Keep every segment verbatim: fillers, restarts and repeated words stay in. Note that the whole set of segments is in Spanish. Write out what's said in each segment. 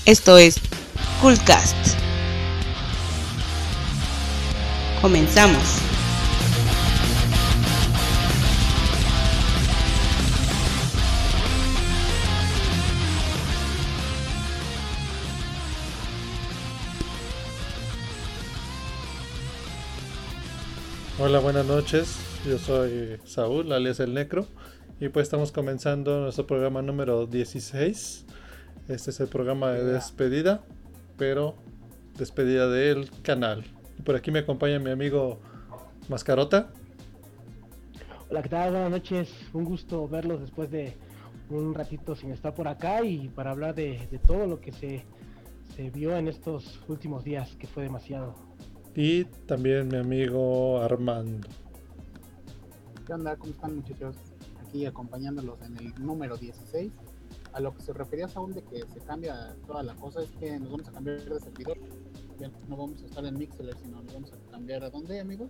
Esto es Coolcast. Comenzamos. Hola, buenas noches. Yo soy Saúl, alias El Necro, y pues estamos comenzando nuestro programa número dieciséis. Este es el programa de despedida, pero despedida del canal. Y por aquí me acompaña mi amigo Mascarota. Hola, ¿qué tal? Buenas noches. Un gusto verlos después de un ratito sin estar por acá y para hablar de, de todo lo que se, se vio en estos últimos días, que fue demasiado. Y también mi amigo Armando. ¿Qué onda? ¿Cómo están, muchachos? Aquí acompañándolos en el número dieciséis. A lo que se refería Saúl de que se cambia toda la cosa es que nos vamos a cambiar de servidor. Ya no vamos a estar en Mixler, sino nos vamos a cambiar a dónde, amigos?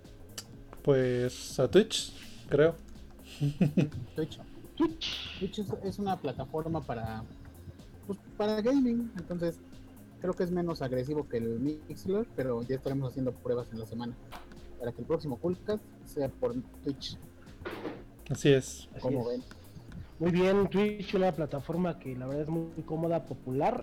Pues a Twitch, creo. Twitch. Twitch, Twitch es, es una plataforma para pues, para gaming, entonces creo que es menos agresivo que el Mixler, pero ya estaremos haciendo pruebas en la semana para que el próximo Coolcast sea por Twitch. Así es. ¿Cómo ven? Muy bien, Twitch, una plataforma que la verdad es muy cómoda, popular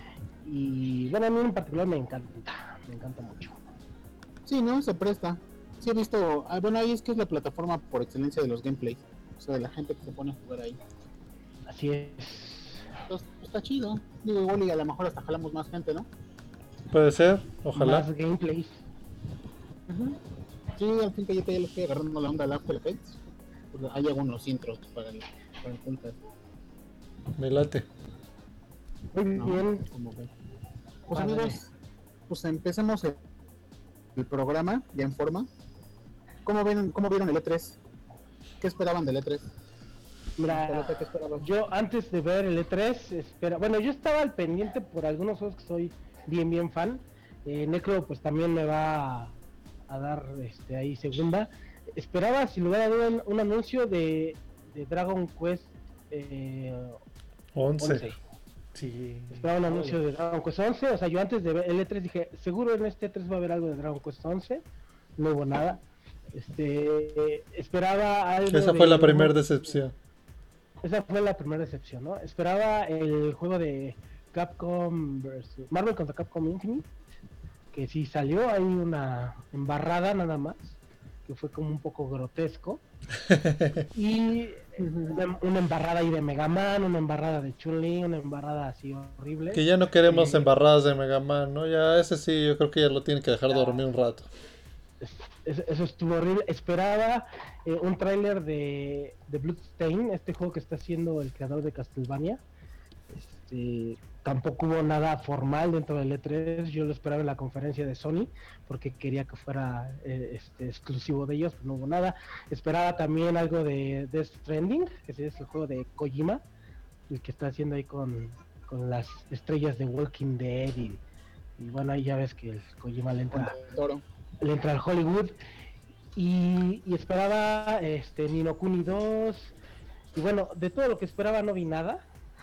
y bueno, a mí en particular me encanta, me encanta mucho. Sí, ¿no? Se presta. Sí he visto, ah, bueno, ahí es que es la plataforma por excelencia de los gameplays, o sea, de la gente que se pone a jugar ahí. Así es. Entonces, está chido. Digo, igual y a lo mejor hasta jalamos más gente, ¿no? Puede ser, ojalá. Más gameplays. Uh-huh. Sí, al fin que yo ya le estoy agarrando la onda al After Effects. Pues hay algunos intros para el, para el Coolcast. Me late. Muy ¿No? bien. Como ven. Pues Padre. amigos, pues empecemos el, el programa ya en forma. ¿Cómo ven, cómo vieron el E tres? ¿Qué esperaban del E tres? Mira, ¿Qué esperabas? yo antes de ver el E tres, espera, bueno, yo estaba al pendiente por algunos juegos que soy bien, bien fan. Eh, Necro, pues también me va a, a dar este ahí segunda. Esperaba, sin lugar a dudas, un, un anuncio de, de Dragon Quest eh, once. once. Sí. Esperaba un anuncio de Dragon Quest once. O sea, yo antes de ver el E tres dije, seguro en este E tres va a haber algo de Dragon Quest once. No hubo nada. Este, esperaba algo. Esa de, fue la primera decepción. Esa fue la primera decepción, ¿no? Esperaba el juego de Capcom versus Marvel contra Capcom Infinite, que sí salió, hay una embarrada nada más, que fue como un poco grotesco. Y una, una embarrada ahí de Mega Man, una embarrada de Chun-Li, una embarrada así horrible. Que ya no queremos Eh, embarradas de Mega Man, ¿no? Ya ese sí, yo creo que ya lo tienen que dejar Ya. dormir un rato. Eso, eso estuvo horrible. Esperaba eh, un tráiler de, de Bloodstain, este juego que está haciendo el creador de Castlevania. Este, tampoco hubo nada formal dentro del E tres. Yo lo esperaba en la conferencia de Sony porque quería que fuera eh, este, exclusivo de ellos, pero no hubo nada. Esperaba también algo de Death Stranding, que es el juego de Kojima, el que está haciendo ahí con, con las estrellas de Walking Dead y, y bueno, ahí ya ves que el Kojima le entra Toro. le entra al Hollywood y, y esperaba este Ni no Kuni dos y bueno, de todo lo que esperaba no vi nada.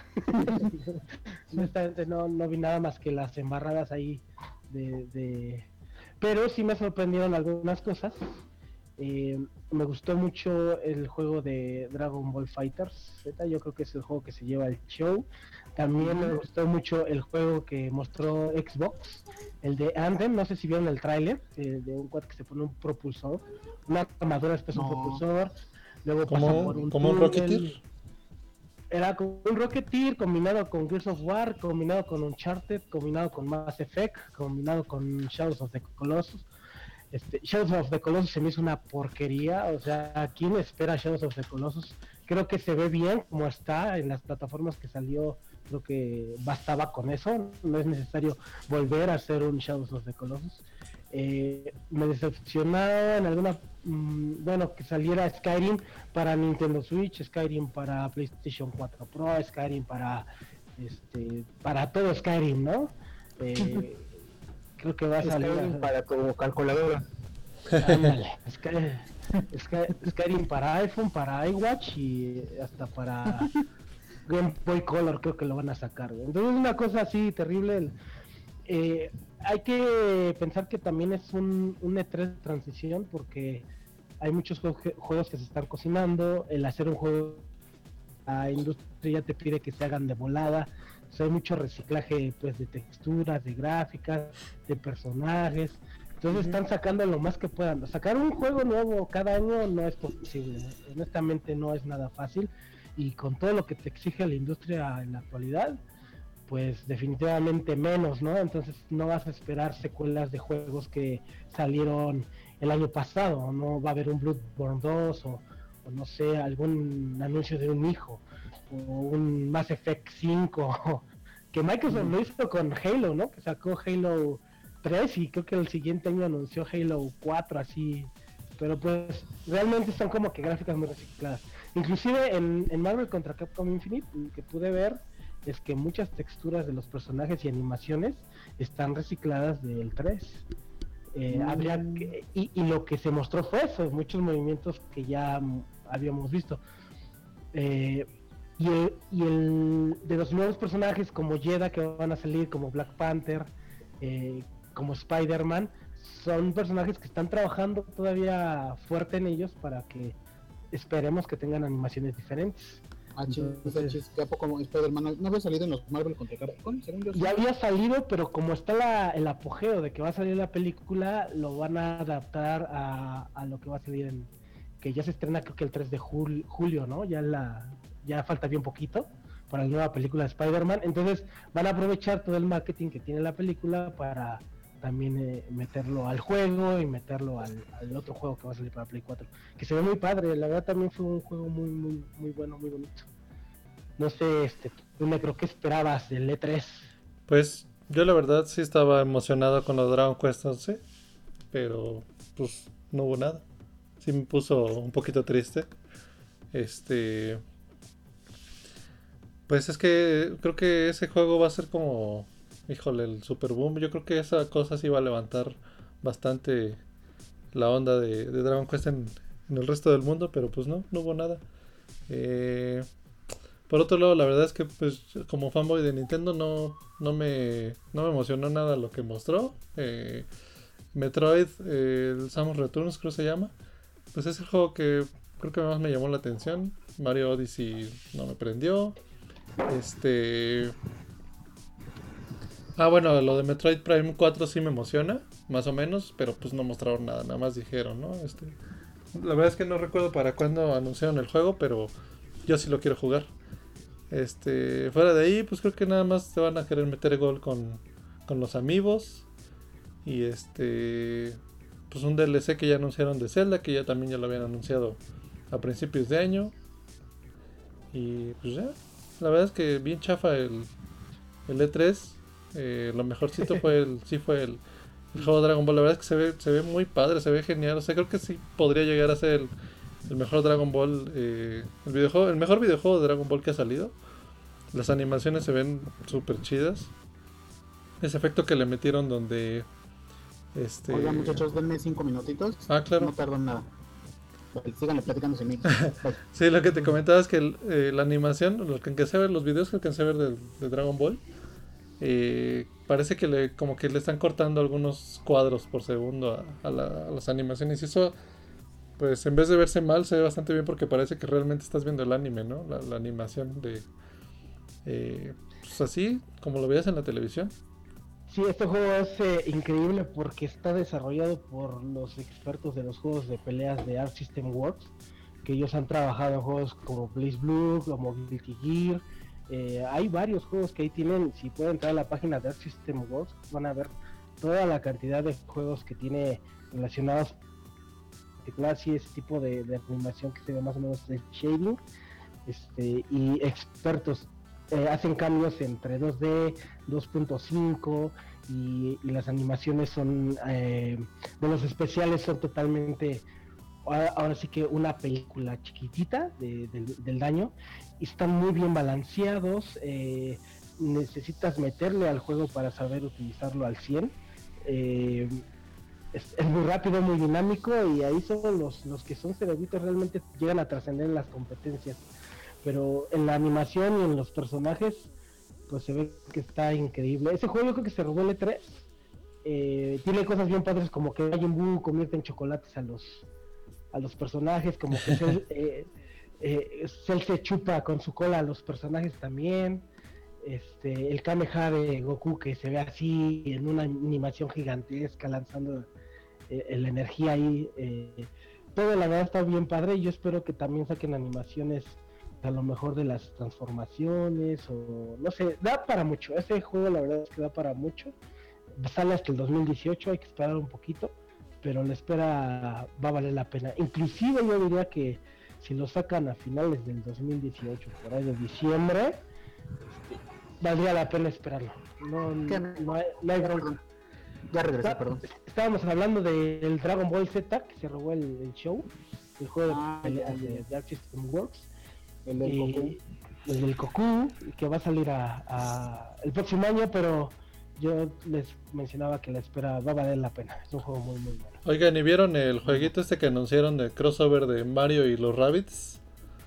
Honestamente no, no vi nada más que las embarradas ahí de, de... pero sí me sorprendieron algunas cosas. Eh, me gustó mucho el juego de Dragon Ball Fighters Z, yo creo que es el juego que se lleva el show. También me gustó mucho el juego que mostró Xbox, el de Anthem, no sé si vieron el tráiler, eh, de un cuate que se pone un propulsor, una armadura después no. un propulsor, luego ¿Como, pasa por un como un Rocketeer? Era como un Rocketeer combinado con Gears of War, combinado con Uncharted, combinado con Mass Effect, combinado con Shadows of the Colossus. Este, Shadows of the Colossus se me hizo una porquería, o sea, ¿quién espera Shadows of the Colossus? Creo que se ve bien como está en las plataformas que salió, creo que bastaba con eso, no es necesario volver a hacer un Shadows of the Colossus. Eh, me decepcionó en alguna, mmm, bueno, que saliera Skyrim para Nintendo Switch, Skyrim para PlayStation cuatro Pro, Skyrim para, este, para todo Skyrim, ¿no? Eh, creo que va a salir Skyrim para tu calculadora. Ándale, Sky, Sky, Skyrim para iPhone, para iWatch y hasta para Game Boy Color creo que lo van a sacar, güey. Entonces es una cosa así terrible. El, eh, hay que pensar que también es un, un E tres de transición porque hay muchos juegos que, juegos que se están cocinando. El hacer un juego, la industria te pide que se hagan de volada. O sea, hay mucho reciclaje pues de texturas, de gráficas, de personajes. Entonces uh-huh. están sacando lo más que puedan. Sacar un juego nuevo cada año no es posible. Honestamente no es nada fácil. Y con todo lo que te exige la industria en la actualidad, pues definitivamente menos, ¿no? Entonces no vas a esperar secuelas de juegos que salieron el año pasado. No va a haber un Bloodborne dos o, o no sé, algún anuncio de un hijo o un Mass Effect cinco que Microsoft mm. lo hizo con Halo, ¿no? Que sacó Halo tres y creo que el siguiente año anunció Halo cuatro, así. Pero pues realmente son como que gráficas muy recicladas. Inclusive en, en Marvel contra Capcom Infinite, lo que pude ver es que muchas texturas de los personajes y animaciones están recicladas del tres. Eh, mm. habría que, y, y lo que se mostró fue eso, muchos movimientos que ya habíamos visto. Eh, y, el, y el de los nuevos personajes como Jedha que van a salir, como Black Panther, eh, como Spider-Man, son personajes que están trabajando todavía fuerte en ellos para que esperemos que tengan animaciones diferentes. Ah, entonces, ¿qué poco como Spider-Man no había salido en los Marvel contra Capcom? Según yo, ya había salido, pero como está la, el apogeo de que va a salir la película, lo van a adaptar a, a lo que va a salir en, que ya se estrena creo que el tres de jul, julio, ¿no? Ya la ya falta bien poquito para la nueva película de Spider-Man, entonces van a aprovechar todo el marketing que tiene la película para también eh, meterlo al juego y meterlo al, al otro juego que va a salir para Play cuatro, que se ve muy padre. La verdad también fue un juego muy muy muy bueno, muy bonito. No sé, este, tú me creo que esperabas del E tres. Pues yo la verdad sí estaba emocionado con los Dragon Quest once, pero pues no hubo nada. Sí me puso un poquito triste. Este, pues es que creo que ese juego va a ser como, híjole, el super boom. Yo creo que esa cosa sí va a levantar bastante la onda de, de Dragon Quest en, en el resto del mundo, pero pues no, no hubo nada. Eh, por otro lado, la verdad es que pues como fanboy de Nintendo no, no me no me emocionó nada lo que mostró. Eh, Metroid, eh, el Samus Returns creo que se llama. Pues es el juego que creo que más me llamó la atención. Mario Odyssey no me prendió. Este... Ah, bueno, lo de Metroid Prime cuatro sí me emociona, más o menos, pero pues no mostraron nada, nada más dijeron, ¿no? Este, la verdad es que no recuerdo para cuándo anunciaron el juego, pero yo sí lo quiero jugar. Este, fuera de ahí, pues creo que nada más te van a querer meter gol con, con los amigos. Y este, pues un D L C que ya anunciaron de Zelda, que ya también ya lo habían anunciado a principios de año. Y pues ya, la verdad es que bien chafa el, el E tres. Eh, lo mejorcito fue el, sí fue el, el juego Dragon Ball. La verdad es que se ve, se ve muy padre, se ve genial. O sea, creo que sí podría llegar a ser el, el mejor Dragon Ball, eh, el videojuego, el mejor videojuego de Dragon Ball que ha salido. Las animaciones se ven súper chidas. Ese efecto que le metieron donde este... Oigan, muchachos, denme cinco minutitos. Ah, claro. No tardo en nada. Síganle platicando sin mí. Sí, lo que te comentaba es que el, eh, la animación, lo que alcancé a ver, los videos que alcancé a ver de, de Dragon Ball, eh, parece que le como que le están cortando algunos cuadros por segundo a, a, la, a las animaciones. Y eso, pues en vez de verse mal, se ve bastante bien porque parece que realmente estás viendo el anime, ¿no? La, la animación de... Eh, pues así, como lo veías en la televisión. Sí, este juego es eh, increíble porque está desarrollado por los expertos de los juegos de peleas de Arc System Works, que ellos han trabajado en juegos como Blaze Blue, como Guilty Gear. Eh, hay varios juegos que ahí tienen. Si pueden entrar a la página de Arc System Works, van a ver toda la cantidad de juegos que tiene relacionados así ese tipo de, de animación que se ve más o menos de shading, este, y expertos. Eh, hacen cambios entre dos D, dos punto cinco y, y las animaciones son eh, de los especiales son totalmente, ahora, ahora sí que una película chiquitita de, de, del daño, y están muy bien balanceados. Eh, necesitas meterle al juego para saber utilizarlo al cien. Eh, es, es muy rápido, muy dinámico, y ahí son los, los que son cerebritos realmente llegan a trascender las competencias. pero en la animación y en los personajes, pues se ve que está increíble. Ese juego yo creo que se robó el E tres. Eh, tiene cosas bien padres como que Majin Buu convierte en chocolates a los a los personajes, como que Cell, eh, eh, Cell se chupa con su cola a los personajes también. Este, el Kameha de Goku que se ve así en una animación gigantesca lanzando eh, la energía ahí. Eh, todo la verdad está bien padre y yo espero que también saquen animaciones a lo mejor de las transformaciones o no sé, da para mucho. Ese juego la verdad es que da para mucho. Sale hasta el dos mil dieciocho, hay que esperar un poquito, pero la espera va a valer la pena. Inclusive yo diría que si lo sacan a finales del dos mil dieciocho, por ahí de diciembre, valdría la pena esperarlo. No, no, no hay, no hay bronca. Ya regresé, Está, perdón. Estábamos hablando del Dragon Ball Z, que se robó el, el show, el juego Ah, de, ya, de, ya. de Arc System Works. El del y, Goku. El del Goku, que va a salir a, a el próximo año, pero yo les mencionaba que la espera va a valer la pena. Es un juego muy muy bueno. Oigan, ¿y vieron el jueguito este que anunciaron de crossover de Mario y los Rabbids?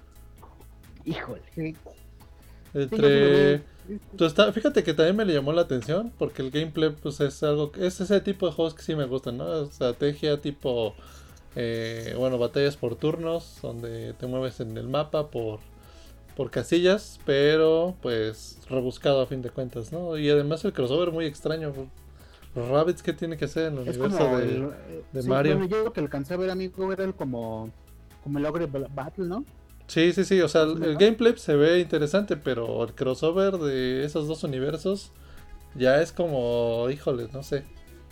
Híjole. Sí. Entre... Tú está... Fíjate que también me le llamó la atención porque el gameplay pues es algo... Es ese tipo de juegos que sí me gustan, ¿no? Estrategia tipo... Eh, bueno, batallas por turnos, donde te mueves en el mapa por... por casillas, pero pues rebuscado a fin de cuentas, ¿no? Y además el crossover muy extraño. Los Rabbids, ¿qué tiene que hacer en el Es universo como de, el, de sí, Mario? Bueno, yo lo que alcancé a ver, amigo, era el como, como el Ogre Battle, ¿no? Sí, sí, sí, o sea, el, el gameplay se ve interesante, pero el crossover de esos dos universos ya es como, híjole, no sé.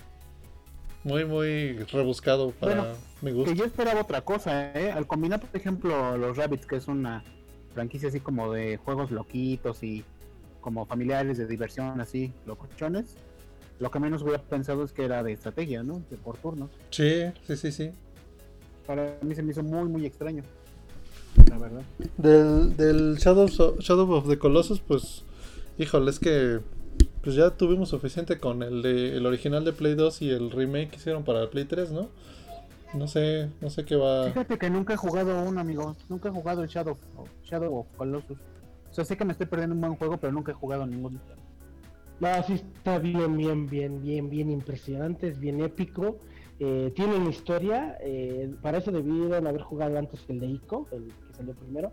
Muy, muy rebuscado para Bueno, mi gusto. Que yo esperaba otra cosa, ¿eh? Al combinar, por ejemplo, los Rabbids, que es una franquicia así como de juegos loquitos y como familiares de diversión, así, locochones. Lo que menos hubiera pensado es que era de estrategia, ¿no? De por turnos. Sí, sí, sí, sí. Para mí se me hizo muy, muy extraño. La verdad. Del, del Shadows of, Shadow of the Colossus, pues, híjole, es que pues ya tuvimos suficiente con el de el original de Play dos y el remake que hicieron para el Play tres, ¿no? No sé, no sé qué va. Fíjate que nunca he jugado uno, amigo. Nunca he jugado el Shadow, Shadow of Colossus. O sea, sé que me estoy perdiendo un buen juego, pero nunca he jugado ninguno. No, sí está bien, bien, bien, bien, bien impresionante, es bien épico. Eh, tiene una historia, eh, para eso debieron haber jugado antes el de Ico, el que salió primero.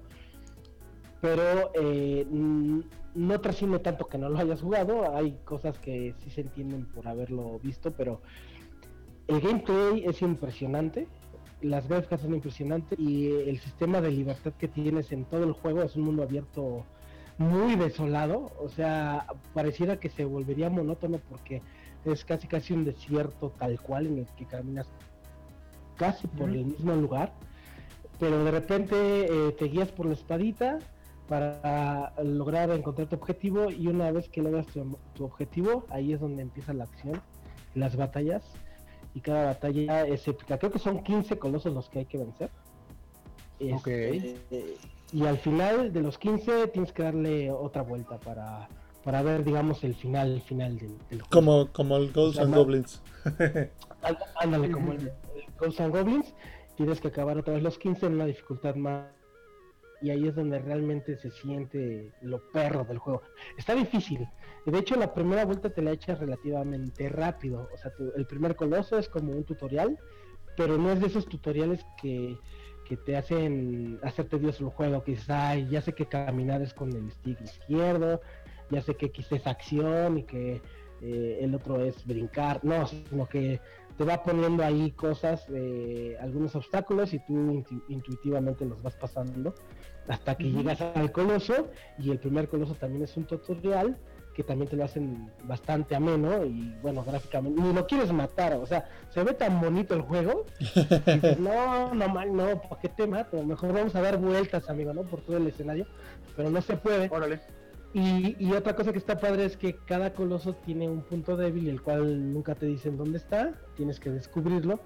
Pero eh, no trasciende tanto que no lo hayas jugado, hay cosas que sí se entienden por haberlo visto, pero el gameplay es impresionante, las gráficas son impresionantes y el sistema de libertad que tienes en todo el juego es un mundo abierto muy desolado, o sea, pareciera que se volvería monótono porque es casi casi un desierto tal cual en el que caminas casi por el mismo lugar, pero de repente eh, te guías por la espadita para lograr encontrar tu objetivo y una vez que logras tu, tu objetivo, ahí es donde empieza la acción, las batallas, y cada batalla es épica. Creo que son quince colosos los que hay que vencer. Ok. Este, eh, y al final de los quince tienes que darle otra vuelta para, para ver, digamos, el final, el final del, del juego. Como, como el Ghosts and Goblins. Ándale, como el, el Ghosts and Goblins, tienes que acabar otra vez los quince en una dificultad más. Y ahí es donde realmente se siente lo perro del juego. Está difícil. De hecho, la primera vuelta te la echas relativamente rápido. O sea, tu, el primer coloso es como un tutorial, pero no es de esos tutoriales que, que te hacen hacer tedioso el juego. Que dices, ay, ya sé que caminar es con el stick izquierdo, ya sé que X es acción y que eh, el otro es brincar. No, sino que te va poniendo ahí cosas, eh, algunos obstáculos y tú intu- intuitivamente los vas pasando hasta que uh-huh. llegas al coloso, y el primer coloso también es un tutorial que también te lo hacen bastante ameno y bueno, gráficamente ni lo quieres matar, o sea, se ve tan bonito el juego y dices, no, no mal, no, ¿por qué te mato? Mejor vamos a dar vueltas, amigo, ¿no? Por todo el escenario, pero no se puede. Órale. Y, y otra cosa que está padre es que cada coloso tiene un punto débil, el cual nunca te dicen dónde está, tienes que descubrirlo,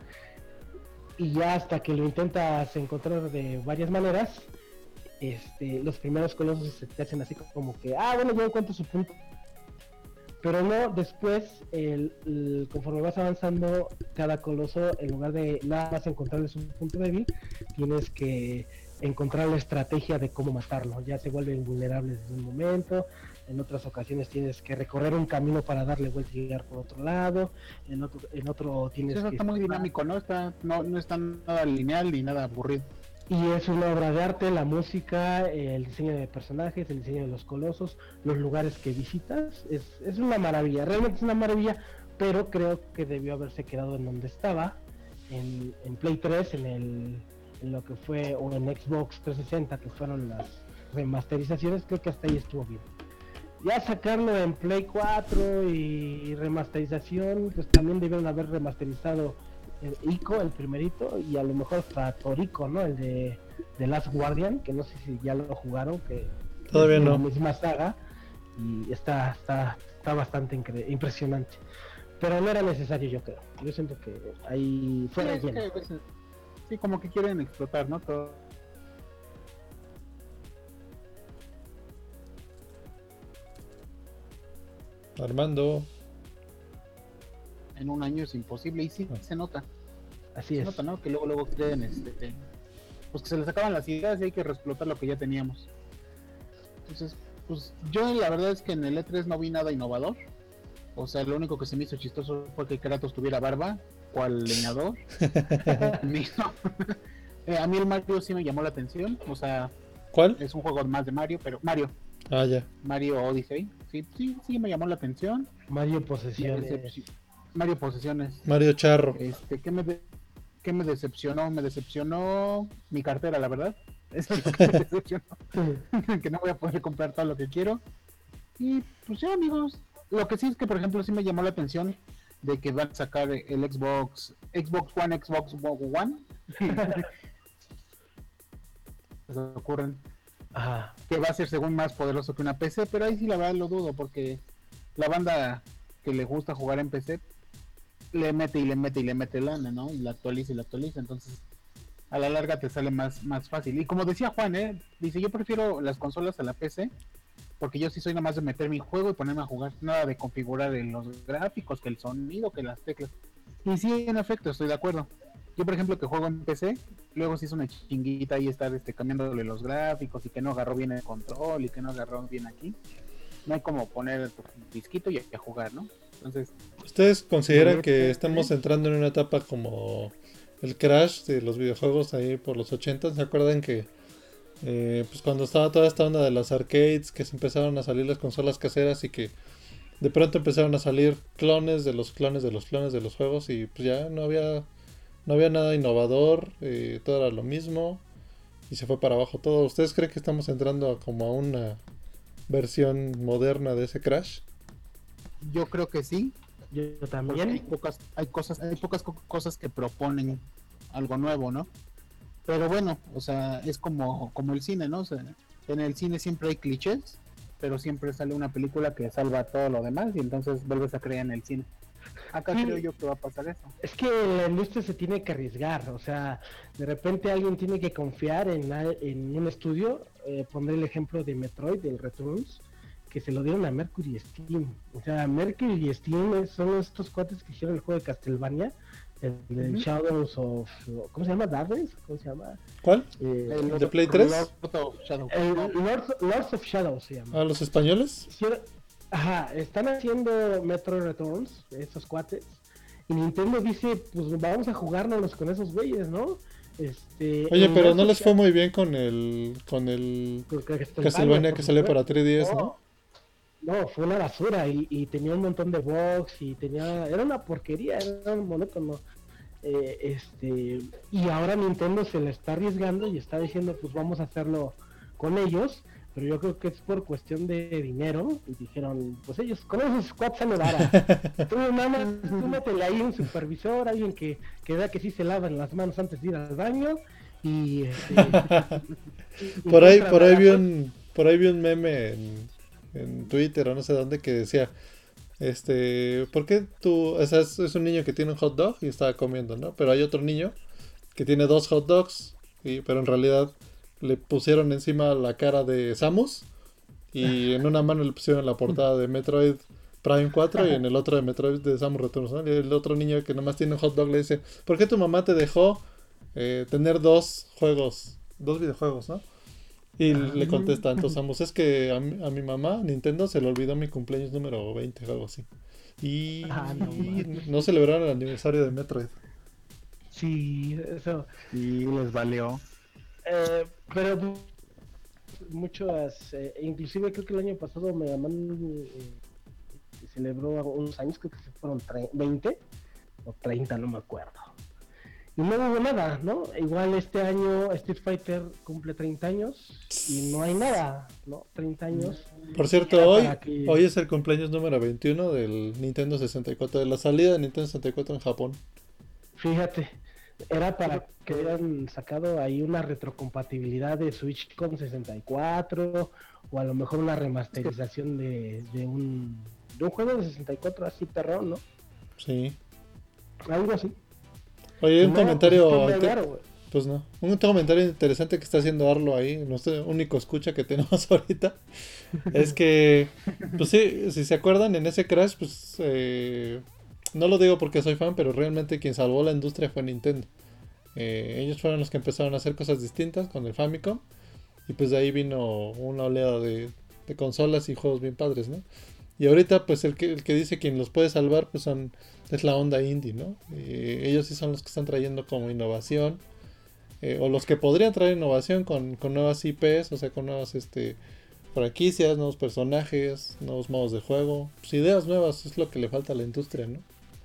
y ya hasta que lo intentas encontrar de varias maneras, este, los primeros colosos se te hacen así como que, ah, bueno, yo encuentro su punto. Pero no, después, el, el, conforme vas avanzando, cada coloso, en lugar de nada más encontrarle su punto débil, tienes que encontrar la estrategia de cómo matarlo. Ya se vuelven vulnerables desde un momento, en otras ocasiones tienes que recorrer un camino para darle vuelta y llegar por otro lado, en otro, en otro tienes Eso que... está muy dinámico, ¿no? Está, no, no está nada lineal ni nada aburrido. Y es una obra de arte, la música, el diseño de personajes, el diseño de los colosos, los lugares que visitas, es, es una maravilla, realmente es una maravilla, pero creo que debió haberse quedado en donde estaba, en, en Play tres, en el en lo que fue, o en Xbox trescientos sesenta, que fueron las remasterizaciones, creo que hasta ahí estuvo bien. Ya sacarlo en Play cuatro y remasterización, pues también debieron haber remasterizado el Ico, el primerito, y a lo mejor hasta Toriko, ¿no? El de, de Last Guardian, que no sé si ya lo jugaron, que todavía es no. la misma saga, y está, está, está bastante incre- impresionante. Pero no era necesario, yo creo. Yo siento que ahí fue Sí, es relleno. que, pues, sí, como que quieren explotar, ¿no? Todo. Armando. En un año es imposible y sí, Ah. se nota. Así Se es. nota, ¿no? Que luego, luego creen, este, pues que se les acaban las ideas y hay que explotar lo que ya teníamos. Entonces, pues yo la verdad es que en el E tres no vi nada innovador. O sea, lo único que se me hizo chistoso fue que Kratos tuviera barba, cual leñador. A mí no. Eh, a mí el Mario sí me llamó la atención. O sea, ¿Cuál? es un juego más de Mario, pero Mario, Ah, ya. Mario Odyssey. Sí, sí, sí me llamó la atención. Mario Me Posesiones. decepci- Mario Posesiones. Mario Charro. Este, ¿qué me, de- qué me decepcionó? Me decepcionó mi cartera, la verdad. Es lo que me decepcionó. Que no voy a poder comprar todo lo que quiero. Y pues ya, amigos. Lo que sí es que, por ejemplo, sí me llamó la atención de que van a sacar el Xbox, Xbox One, Xbox One. Se ocurren Ajá. que va a ser según más poderoso que una P C, pero ahí sí la verdad lo dudo porque la banda que le gusta jugar en P C le mete y le mete y le mete lana, ¿no? Y la actualiza y la actualiza, entonces a la larga te sale más, más fácil. Y como decía Juan, ¿eh? Dice, yo prefiero las consolas a la P C porque yo sí soy nada más de meter mi juego y ponerme a jugar, nada de configurar en los gráficos, que el sonido, que las teclas. Y sí, en efecto, estoy de acuerdo. Yo, por ejemplo, que juego en P C, luego sí es una chinguita ahí estar este, cambiándole los gráficos y que no agarró bien el control y que no agarró bien aquí. No hay como poner tu disquito y a jugar, ¿no? Entonces, ¿Ustedes consideran que ¿sí? estamos entrando en una etapa como el crash de los videojuegos ahí por los ochenta? ¿Se acuerdan que eh, pues cuando estaba toda esta onda de las arcades, que se empezaron a salir las consolas caseras y que de pronto empezaron a salir clones de los clones de los clones de los juegos y pues ya no había no había nada innovador, eh, todo era lo mismo y se fue para abajo todo? ¿Ustedes creen que estamos entrando a como a una versión moderna de ese crash? yo creo que sí. Yo Porque también. hay pocas, hay cosas, hay pocas co- cosas que proponen algo nuevo, ¿no? Pero bueno, o sea, es como, como el cine, ¿no? O sea, en el cine siempre hay clichés, pero siempre sale una película que salva todo lo demás y entonces vuelves a creer en el cine. Acá Sí. creo yo que va a pasar eso. Es que la industria se tiene que arriesgar, o sea, de repente alguien tiene que confiar en, la- en un estudio. Eh, pondré el ejemplo de Metroid, del Returns, que se lo dieron a Mercury Steam. O sea, Mercury Steam es- son estos cuates que hicieron el juego de Castlevania, el, el Ujú. Shadows of... ¿Cómo se llama? ¿Darkness? ¿Cómo se llama? ¿Cuál? Eh, ¿De Play tres? Lord of Shadow. el Lords, Lords of Shadows se llama. ¿A los españoles? Hicieron- Ajá, están haciendo Metroid Returns, esos cuates, y Nintendo dice, pues vamos a jugárnoslos con esos güeyes, ¿no? Este, Oye, en pero Lords no of les fue Shadows- muy bien con el con el con Castlevania, Castlevania por que salió para supuesto. tres D S, ¿no? No, fue una basura y, y tenía un montón de bugs y tenía, era una porquería, era un monótono. Eh, este, y ahora Nintendo se le está arriesgando y está diciendo, pues vamos a hacerlo con ellos, pero yo creo que es por cuestión de dinero y dijeron, pues ellos, con esos squads sale vara. Tú nada más, tú métele ahí un supervisor, alguien que, que vea que sí se lavan las manos antes de ir al baño y, este, y Por ahí encuentra por ahí vi barato. un por ahí vi un meme en, en Twitter o no sé dónde que decía, este, ¿por qué tú, o sea, es, es un niño que tiene un hot dog y estaba comiendo, ¿no? Pero hay otro niño que tiene dos hot dogs, y, pero en realidad le pusieron encima la cara de Samus y en una mano le pusieron la portada de Metroid Prime cuatro y en el otro de Metroid de Samus Returns, ¿no? Y el otro niño que nomás tiene un hot dog le dice, ¿por qué tu mamá te dejó eh, tener dos juegos dos videojuegos, ¿no? Y Ah. le contesta a Antos ambos, es que a mi, a mi mamá, Nintendo, se le olvidó mi cumpleaños número veinte o algo así. Y Ah, no mames. no celebraron el aniversario de Metroid. Sí, eso. Y les valió. Eh, pero pues, muchas, eh, inclusive creo que el año pasado Mega Man eh, celebró unos años, creo que fueron tre- veinte o treinta, no me acuerdo. Y no hubo nada, ¿no? Igual este año Street Fighter cumple treinta años y no hay nada, ¿no? treinta años. Por cierto, Era hoy, para que- hoy es el cumpleaños número veintiuno del Nintendo sesenta y cuatro, de la salida de Nintendo sesenta y cuatro en Japón. Fíjate, era para que hubieran sacado ahí una retrocompatibilidad de Switch con sesenta y cuatro o a lo mejor una remasterización de, de un de un juego de sesenta y cuatro así perrón, ¿no? Sí. Algo así. Oye, un No, comentario... pues, está inte- raro, güey. Pues no. Un comentario interesante que está haciendo Arlo ahí, nuestro único escucha que tenemos ahorita, es que, pues sí, si se acuerdan, en ese Crash, pues, eh, no lo digo porque soy fan, pero realmente quien salvó la industria fue Nintendo. Eh, ellos fueron los que empezaron a hacer cosas distintas con el Famicom, y pues de ahí vino una oleada de, de consolas y juegos bien padres, ¿no? Y ahorita, pues el que, el que dice quien los puede salvar, pues son, es la onda indie, ¿no? Eh, ellos sí son los que están trayendo como innovación. Eh, o los que podrían traer innovación con, con nuevas I Pes, o sea, con nuevas este, franquicias, nuevos personajes, nuevos modos de juego. Pues ideas nuevas es lo que le falta a la industria, ¿no?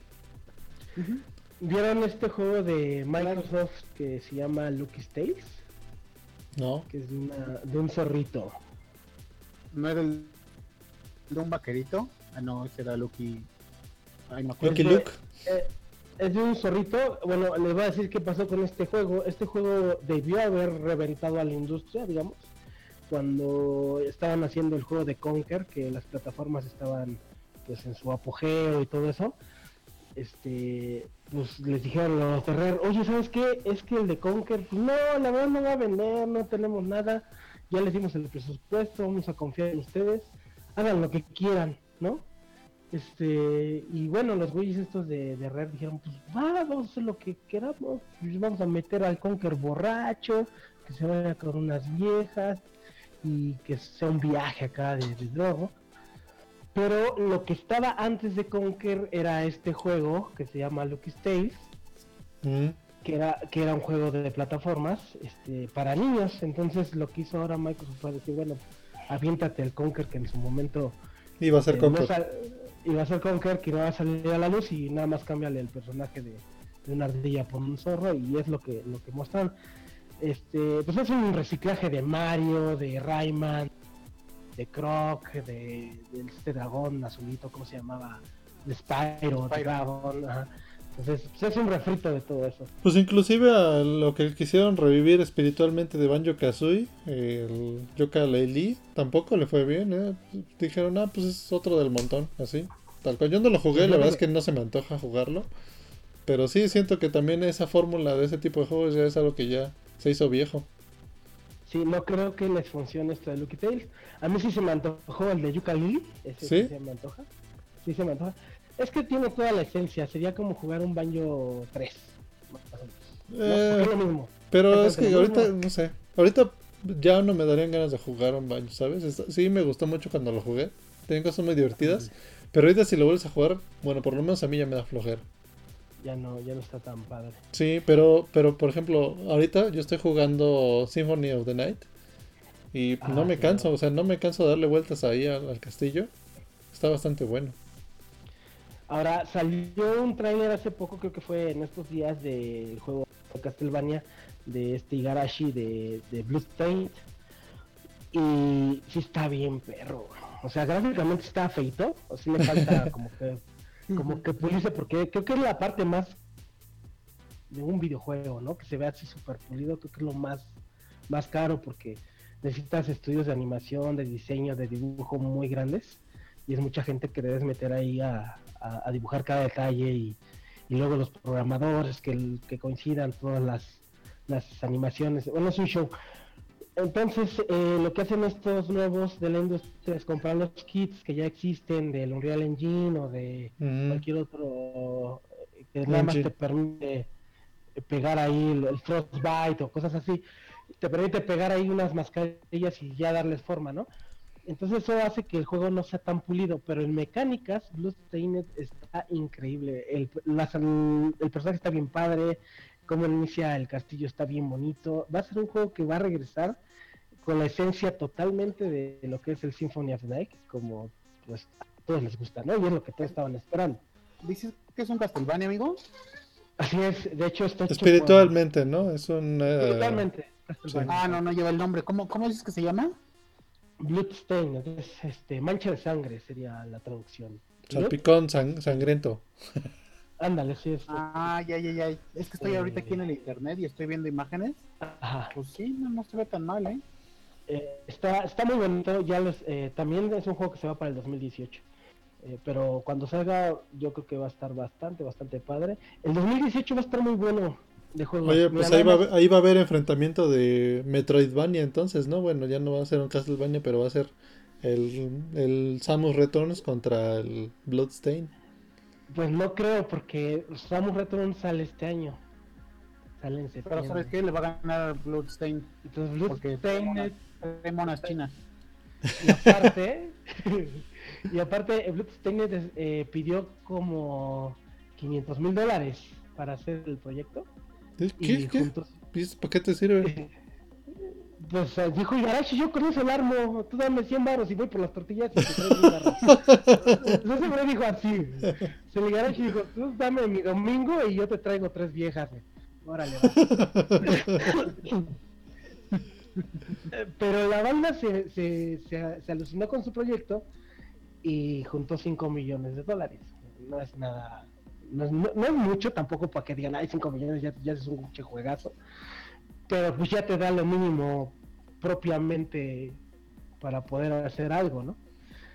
¿Vieron este juego de Microsoft que se llama Lucky's Tales? ¿No? Que es de, una, de un zorrito. ¿No era el de un vaquerito? Ah, no, ese era Lucky. Ay, me acuerdo. Lucky Es de- Luke. eh, es de un zorrito. Bueno, les voy a decir qué pasó con este juego. Este juego debió haber reventado a la industria, digamos, cuando estaban haciendo el juego de Conker, que las plataformas estaban pues en su apogeo y todo eso. Este, pues les dijeron los de Rare, oye, ¿sabes qué? Es que el de Conker, pues no, la verdad no va a vender, no tenemos nada, ya les dimos el presupuesto, vamos a confiar en ustedes, hagan lo que quieran, ¿no? Este, y bueno, los güeyes estos de, de Rare dijeron, pues va, vamos a hacer lo que queramos, pues vamos a meter al Conker borracho, que se vaya con unas viejas, y que sea un viaje acá de, de drogo. Pero lo que estaba antes de Conker era este juego que se llama Lucky's Tales, Mm. que era, que era un juego de, de plataformas este, para niños. Entonces lo que hizo ahora Microsoft fue decir, bueno, aviéntate el Conker que en su momento Iba a ser eh, con no sal- iba a ser Conker, que no va a salir a la luz y nada más cámbiale el personaje de, de una ardilla por un zorro y es lo que, lo que muestran. Este, pues es un reciclaje de Mario, de Rayman, de Croc, de, de este dragón azulito, ¿cómo se llamaba? De Spyro, de Spyro. Dragon, ajá. Entonces, pues es un refrito de todo eso. Pues inclusive a lo que quisieron revivir espiritualmente de Banjo-Kazooie, el Yooka-Laylee, tampoco le fue bien, ¿eh? Dijeron, ah, pues es otro del montón, así. Tal cual, yo no lo jugué, la verdad es que no se me antoja jugarlo. Pero sí siento que también esa fórmula de ese tipo de juegos ya es algo que ya se hizo viejo. Sí, no creo que les funcione esto de Lucky Tales. A mí sí se me antojó el de Yooka-Laylee, ese ¿Sí? sí se me antoja. Sí se me antoja. Es que tiene toda la esencia, sería como jugar un Banjo tres. Más o menos. No, Eh, porque es lo mismo. Pero es Exactamente que lo ahorita, mismo. no sé, ahorita ya no me darían ganas de jugar un Banjo, ¿sabes? Está- sí me gustó mucho cuando lo jugué, tienen cosas muy divertidas, pero ahorita si lo vuelves a jugar, bueno, por lo menos a mí ya me da flojera. Ya no, ya no está tan padre. Sí, pero, pero por ejemplo, ahorita yo estoy jugando Symphony of the Night y Ah, no me sí, canso, no. o sea, no me canso de darle vueltas ahí al, al castillo. Está bastante bueno. Ahora, salió un tráiler hace poco, creo que fue en estos días, del juego de Castlevania, de este Igarashi de, de Bloodstained. Y sí está bien perro. O sea, gráficamente está feito. O sí le falta como que como que pulirse, porque creo que es la parte más de un videojuego, ¿no? Que se ve así súper pulido, creo que es lo más, más caro, porque necesitas estudios de animación, de diseño, de dibujo muy grandes, y es mucha gente que debes meter ahí a, a, a dibujar cada detalle, y, y luego los programadores que, que coincidan todas las, las animaciones. Bueno, es un show. Entonces, eh, lo que hacen estos nuevos de la industria es comprar los kits que ya existen del Unreal Engine o de Ujú. cualquier otro eh, que nada más Engine. te permite pegar ahí el, el Frostbite o cosas así. te permite pegar ahí unas mascarillas y ya darles forma, ¿no? Entonces eso hace que el juego no sea tan pulido, pero en mecánicas Bloodstained está increíble. El, las, el, el personaje está bien padre, cómo inicia el castillo está bien bonito. Va a ser un juego que va a regresar con la esencia totalmente de lo que es el Symphony of the Night, como pues a todos les gusta, ¿no? Y es lo que todos estaban esperando. ¿Dices que es un Castlevania, amigo? Así es, de hecho está hecho espiritualmente, por... ¿no? Es un... Uh... Espiritualmente. Sí. Ah, no, no lleva el nombre. ¿Cómo, cómo dices que se llama? Bloodstained, es este, mancha de sangre sería la traducción. Salpicón sang sangriento. Ándale, sí es. Ah, ya, ya, ya. Es que estoy eh... ahorita aquí en el internet y estoy viendo imágenes. Ajá. Pues sí, no, no se ve tan mal, ¿eh? eh está, está muy bonito. Ya les, eh, también es un juego que se va para el dos mil dieciocho. Eh, pero cuando salga, yo creo que va a estar bastante, bastante padre. El dos mil dieciocho va a estar muy bueno de juegos. Oye, pues ahí va, ahí va a haber enfrentamiento de Metroidvania entonces, ¿no? Bueno, ya no va a ser un Castlevania, pero va a ser el, el Samus Returns contra el Bloodstained. Pues no creo, porque Samus Returns sale este año. Sale en septiembre. Pero ¿sabes qué? Le va a ganar Bloodstained. Entonces Bloodstained de monas chinas. Y aparte, y aparte Bloodstained eh, pidió como quinientos mil dólares para hacer el proyecto. ¿Qué? ¿Qué? Juntos... ¿Para qué te sirve? Pues dijo Igarashi, yo con eso el armo, tú dame cien baros y voy por las tortillas y te traigo un carro. Entonces me dijo así, se le Igarashi dijo, tú dame mi domingo y yo te traigo tres viejas, güey. Órale, va. Pero la banda se, se, se, se alucinó con su proyecto y juntó cinco millones de dólares. No es nada... No es, no, no es mucho tampoco para que digan, ay, cinco millones ya, ya es un mucho juegazo, pero pues ya te da lo mínimo propiamente para poder hacer algo, ¿no?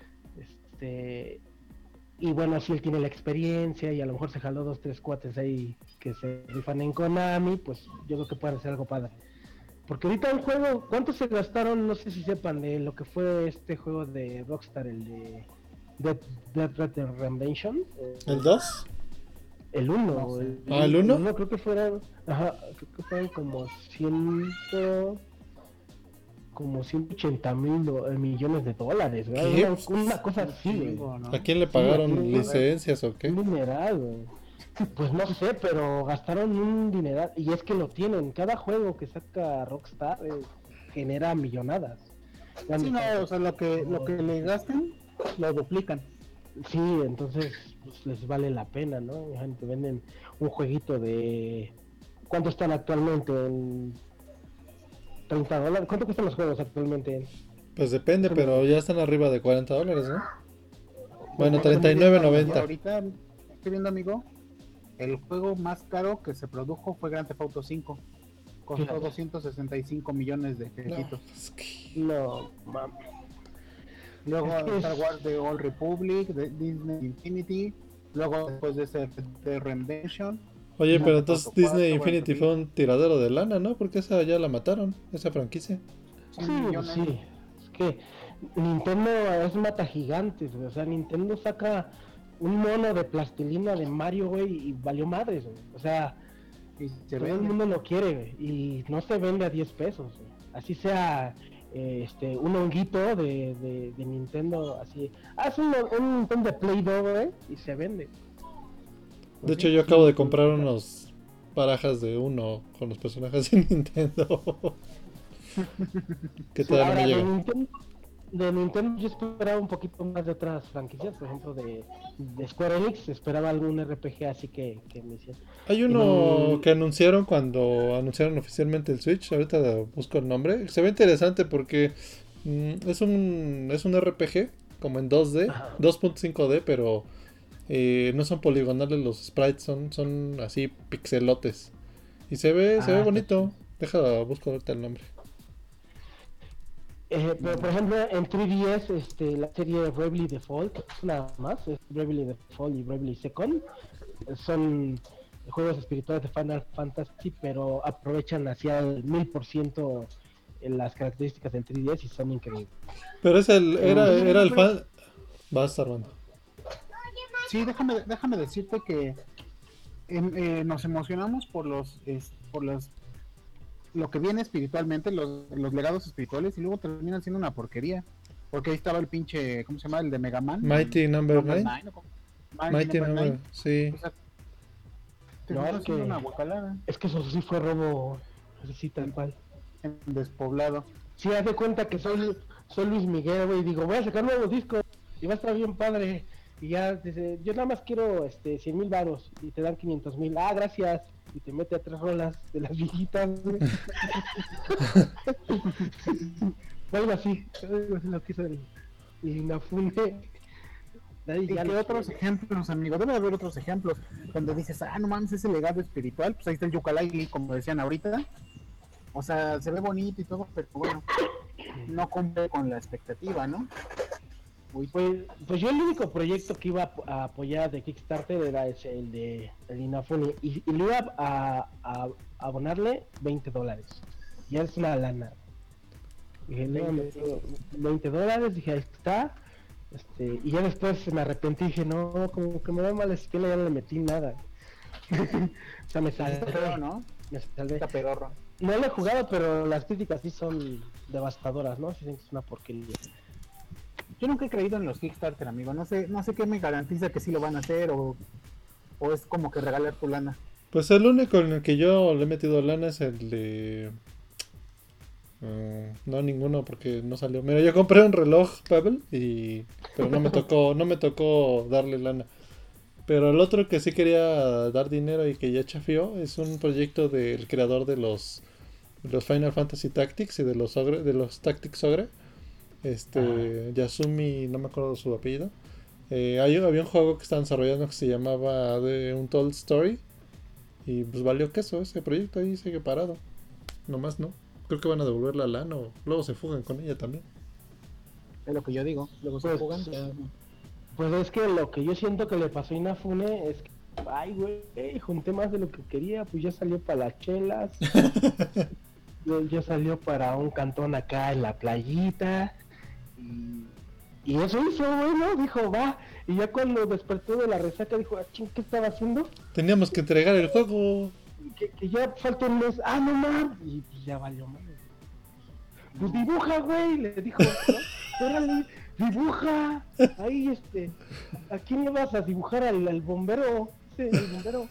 Este, y bueno, así él tiene la experiencia y a lo mejor se jaló dos, tres cuates ahí que se rifan en Konami, pues yo creo que pueden hacer algo padre. Porque ahorita el juego, ¿cuánto se gastaron? No sé si sepan de lo que fue este juego de Rockstar, el de Dead Red Redemption. ¿El dos? El uno. No sé. El, ¿Ah, el uno? El uno creo que fueron, ajá, creo que fueron como ciento, como ciento ochenta mil millones de dólares, ¿verdad? Una, una cosa así, ¿no? ¿A quién le pagaron sí, licencias o qué? Un dineral, güey. Pues no sé, pero gastaron un dineral, y es que lo tienen, cada juego que saca Rockstar eh, genera millonadas. Sí, no, o sea, lo que, lo que le gastan, lo duplican. Sí, entonces pues, les vale la pena, ¿no? Te venden un jueguito de... ¿Cuánto están actualmente? ¿En treinta dólares? ¿Cuánto cuestan los juegos actualmente? Pues depende, pero ya están arriba de cuarenta dólares, ¿no? Bueno, treinta y nueve noventa. Ahorita estoy viendo, amigo, el juego más caro que se produjo fue Grand Theft Auto cinco. Costó claro. doscientos sesenta y cinco millones de pesitos. No, es que... no mames. Luego es que Star Wars The Old Republic, de Disney Infinity, luego después de ese de Redemption. Oye, pero entonces Disney Infinity fue un tiradero de lana, ¿no? Porque esa ya la mataron, esa franquicia. Sí, sí. Es que Nintendo es mata gigantes, güey. O sea, Nintendo saca un mono de plastilina de Mario, güey, y valió madres, güey. O sea, y todo vende. El mundo lo quiere, güey, y no se vende a diez pesos, güey. Así sea... este un honguito de, de, de Nintendo así, haz un, un Nintendo de Play-Doh, güey, y se vende. Pues de sí, hecho yo acabo sí, de comprar sí, unos barajas de uno con los personajes de Nintendo. ¿Qué tal? Ahora, de Nintendo, de Nintendo yo esperaba un poquito más de otras franquicias, por ejemplo de, de Square Enix, esperaba algún R P G así que, que me hiciera. Hay uno no... que anunciaron cuando anunciaron oficialmente el Switch, ahorita busco el nombre, se ve interesante porque mm, es un es un R P G como en dos D, ajá, dos punto cinco D, pero eh, no son poligonales los sprites, son, son así pixelotes y se ve, ah, se ve bonito, deja, busco ahorita el nombre. Eh, pero por ejemplo en tres D S este, la serie Bravely Default, nada más, es Bravely Default y Bravely Second, son juegos espirituales de Final Fantasy, pero aprovechan hacia el mil por ciento las características del tres D S y son increíbles. Pero es el, era, era el fan... Vas, Armando. Sí, déjame, déjame decirte que eh, eh, nos emocionamos por los, eh, por los lo que viene espiritualmente, los, los legados espirituales, y luego terminan siendo una porquería. Porque ahí estaba el pinche, ¿cómo se llama? El de Mega Man. Mighty el, Number Number Nine. Nine, ¿o cómo? Mighty, Mighty Number Number, Nine. sí. O sea, No, terminó es siendo que- una guacalada Es que eso sí fue robo, así sí, tal cual. en despoblado. Sí, haz de cuenta que soy, soy Luis Miguel, güey, y digo, voy a sacar nuevos discos y va a estar bien padre. Y ya dice, yo nada más quiero este cien mil varos y te dan quinientos mil. Ah, gracias. Y te mete a tres rolas de las viejitas, güey. Algo así, algo así lo que hizo el, el Inafune. De ahí ¿Y ya qué no- otros ejemplos, amigo? Debe haber otros ejemplos donde dices, ah, no mames, ese legado espiritual. Pues ahí está el Yooka-Laylee, como decían ahorita. O sea, se ve bonito y todo, pero bueno, no cumple con la expectativa, ¿no? Uy, Pues, pues yo el único proyecto que iba a, ap- a apoyar de Kickstarter era ese, el de el Inafune, y, y le iba a, a- a abonarle veinte dólares. Ya es una lana. Dije, le iba a meter veinte dólares, dije, ahí está. Este, y ya después me arrepentí, dije, no, como que me da mala espina, ya no le metí nada. O sea, me está feo, salvé, ¿no? me salvé. Está pedorro. No lo he jugado, pero las críticas sí son devastadoras, ¿no? Sí dicen que es una porquería. Yo nunca he creído en los Kickstarter, amigo. No sé, no sé qué me garantiza que sí lo van a hacer o, o es como que regalar tu lana. Pues el único en el que yo le he metido lana es el de... Mm, no, ninguno porque no salió. Mira, yo compré un reloj Pebble y... Pero no me tocó, no me tocó darle lana. Pero el otro que sí quería dar dinero y que ya chafió es un proyecto del creador de los, de los Final Fantasy Tactics y de los Ogre, de los Tactics Ogre. Este, Yasumi, no me acuerdo su apellido. Eh, hay, había un juego que estaban desarrollando que se llamaba The Untold Story. Y pues valió queso ese proyecto, ahí sigue parado. Nomás no. Creo que van a devolver la lana o luego se fugan con ella también. Es lo que yo digo. Luego se Pues, juegan. ya- Pues es que lo que yo siento que le pasó a Inafune es que, ay, güey, junté más de lo que quería, pues ya salió para las chelas, ya, ya salió para un cantón acá en la playita, y, y eso hizo, güey, ¿no? Dijo, va, y ya cuando despertó de la resaca dijo, ah, ching, ¿qué estaba haciendo? Teníamos que entregar el juego. Que, que ya falta un mes, ah, no mames, y pues ya valió mal. Pues dibuja, güey, le dijo, ¿no? Órale, dibuja, ahí este, ¿a quién le vas a dibujar? Al, al bombero, sí, al bombero.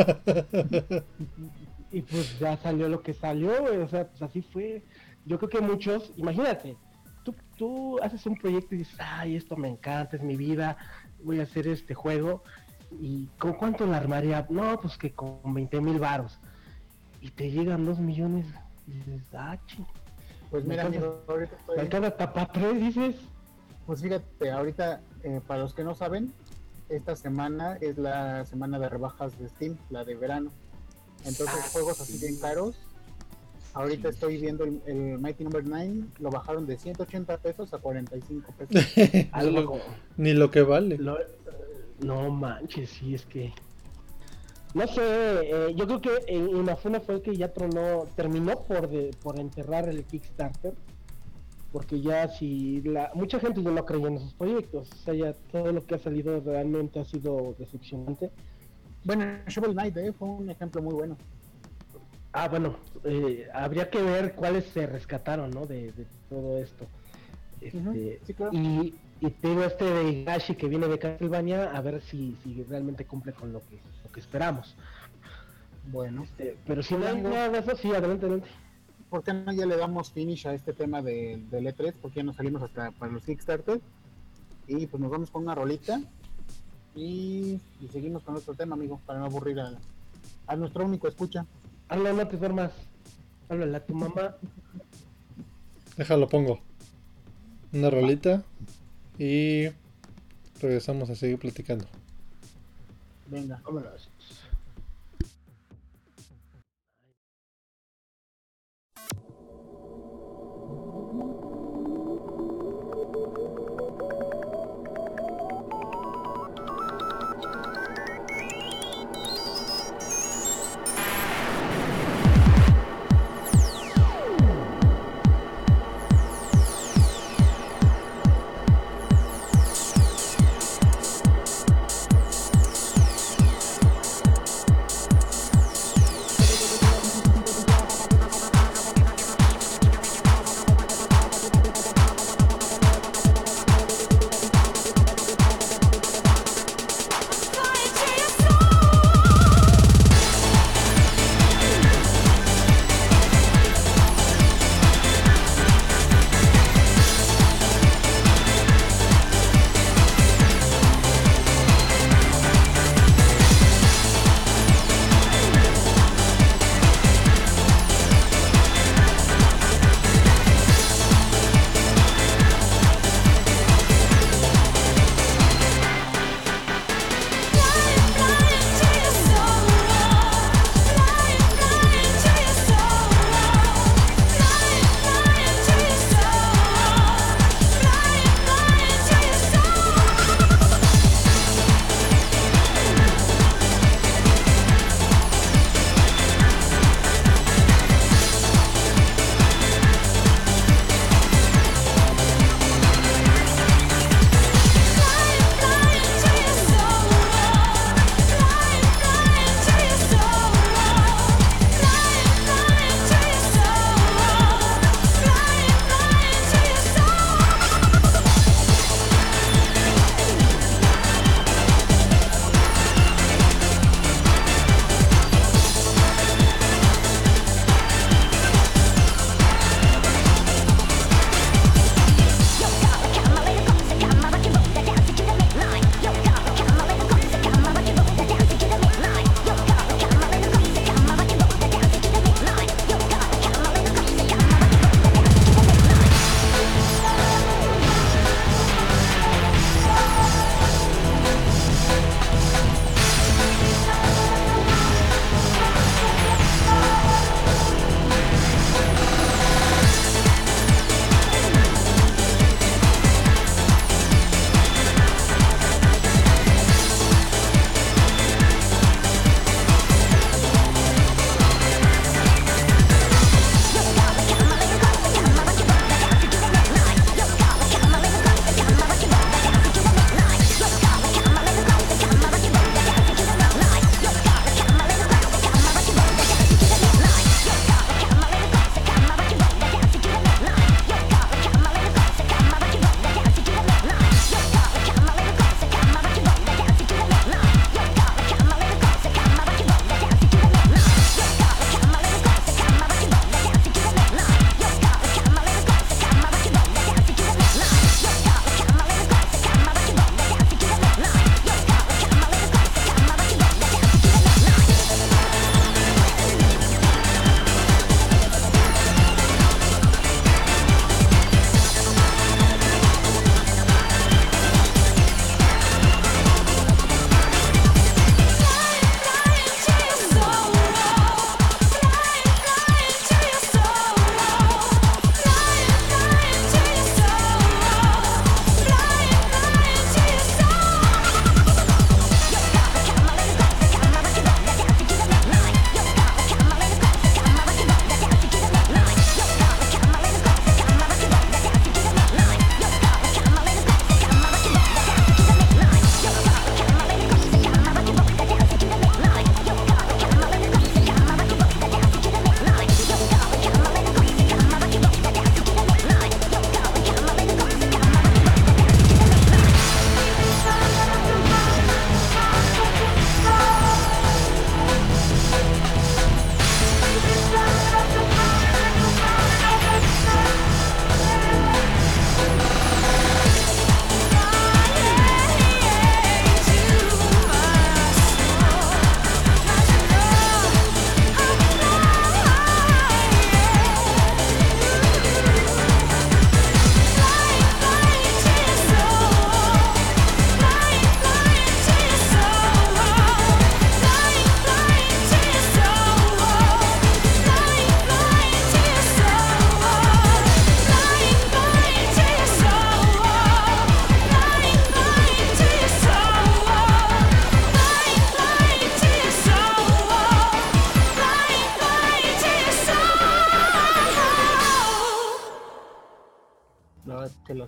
Y pues ya salió lo que salió, güey, o sea, pues así fue. Yo creo que muchos, imagínate, tú, tú haces un proyecto y dices, ay, esto me encanta, es mi vida, voy a hacer este juego, y ¿con cuánto la armaría? No, pues que con veinte mil varos, y te llegan dos millones, y dices, ah, ching, Pues mira, Me amigo, ahorita me estoy... alcanza hasta para tres, dices. Pues fíjate, ahorita, eh, para los que no saben, esta semana es la semana de rebajas de Steam, la de verano. Entonces, Ah, juegos así sí. bien caros. Ahorita Sí. estoy viendo el, el Mighty Number nueve, lo bajaron de ciento ochenta pesos a cuarenta y cinco pesos. Algo Lo- como- Ni lo que vale. Lo- no manches, sí, es que. No sé, eh, yo creo que eh, Inafune fue el que ya tronó, terminó por de, por enterrar el Kickstarter, porque ya si la mucha gente ya no creía en esos proyectos, o sea, ya todo lo que ha salido realmente ha sido decepcionante. Bueno, Shovel Knight eh, fue un ejemplo muy bueno. Ah, bueno, eh, habría que ver cuáles se rescataron, ¿no? De, de todo esto. Este, Ujú, sí, claro. y, y tengo este de Higashi que viene de Castlevania, a ver si, si realmente cumple con lo que, lo que esperamos. Bueno, Este, pero si no hay Amigo. nada de eso, sí, adelante, adelante. ¿por qué no ya le damos finish a este tema de, del E tres? Porque ya nos salimos hasta para los Kickstarter. Y pues nos vamos con una rolita. Y, y seguimos con otro tema, amigo, para no aburrir a, a nuestro único escucha. Habla, no te duermas. Háblale a tu mamá. Déjalo, pongo. Una rolita. Y regresamos a seguir platicando. Venga. Vámonos.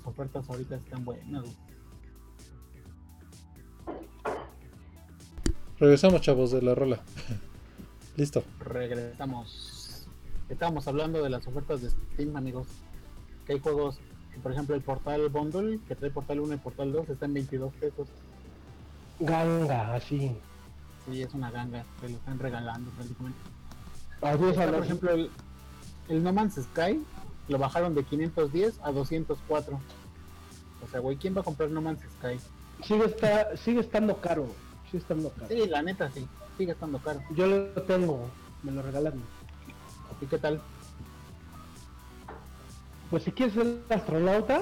las ofertas ahorita están buenas, güey. Regresamos, chavos, de la rola. Listo. Regresamos. Estábamos hablando de las ofertas de Steam, amigos. Que hay juegos, por ejemplo, el Portal Bundle, que trae Portal uno y Portal dos, está en veintidós pesos. Ganga, así. Sí, es una ganga, se lo están regalando prácticamente. Así es, Está, a por la- ejemplo, el, el No Man's Sky lo bajaron de quinientos diez a doscientos cuatro. O sea, güey, ¿quién va a comprar No Man's Sky? sigue, está, sigue estando caro. Sigue estando caro. Sí, la neta, sí, sigue estando caro. Yo lo tengo, me lo regalaron. ¿Y qué tal? Pues si quieres ser astronauta,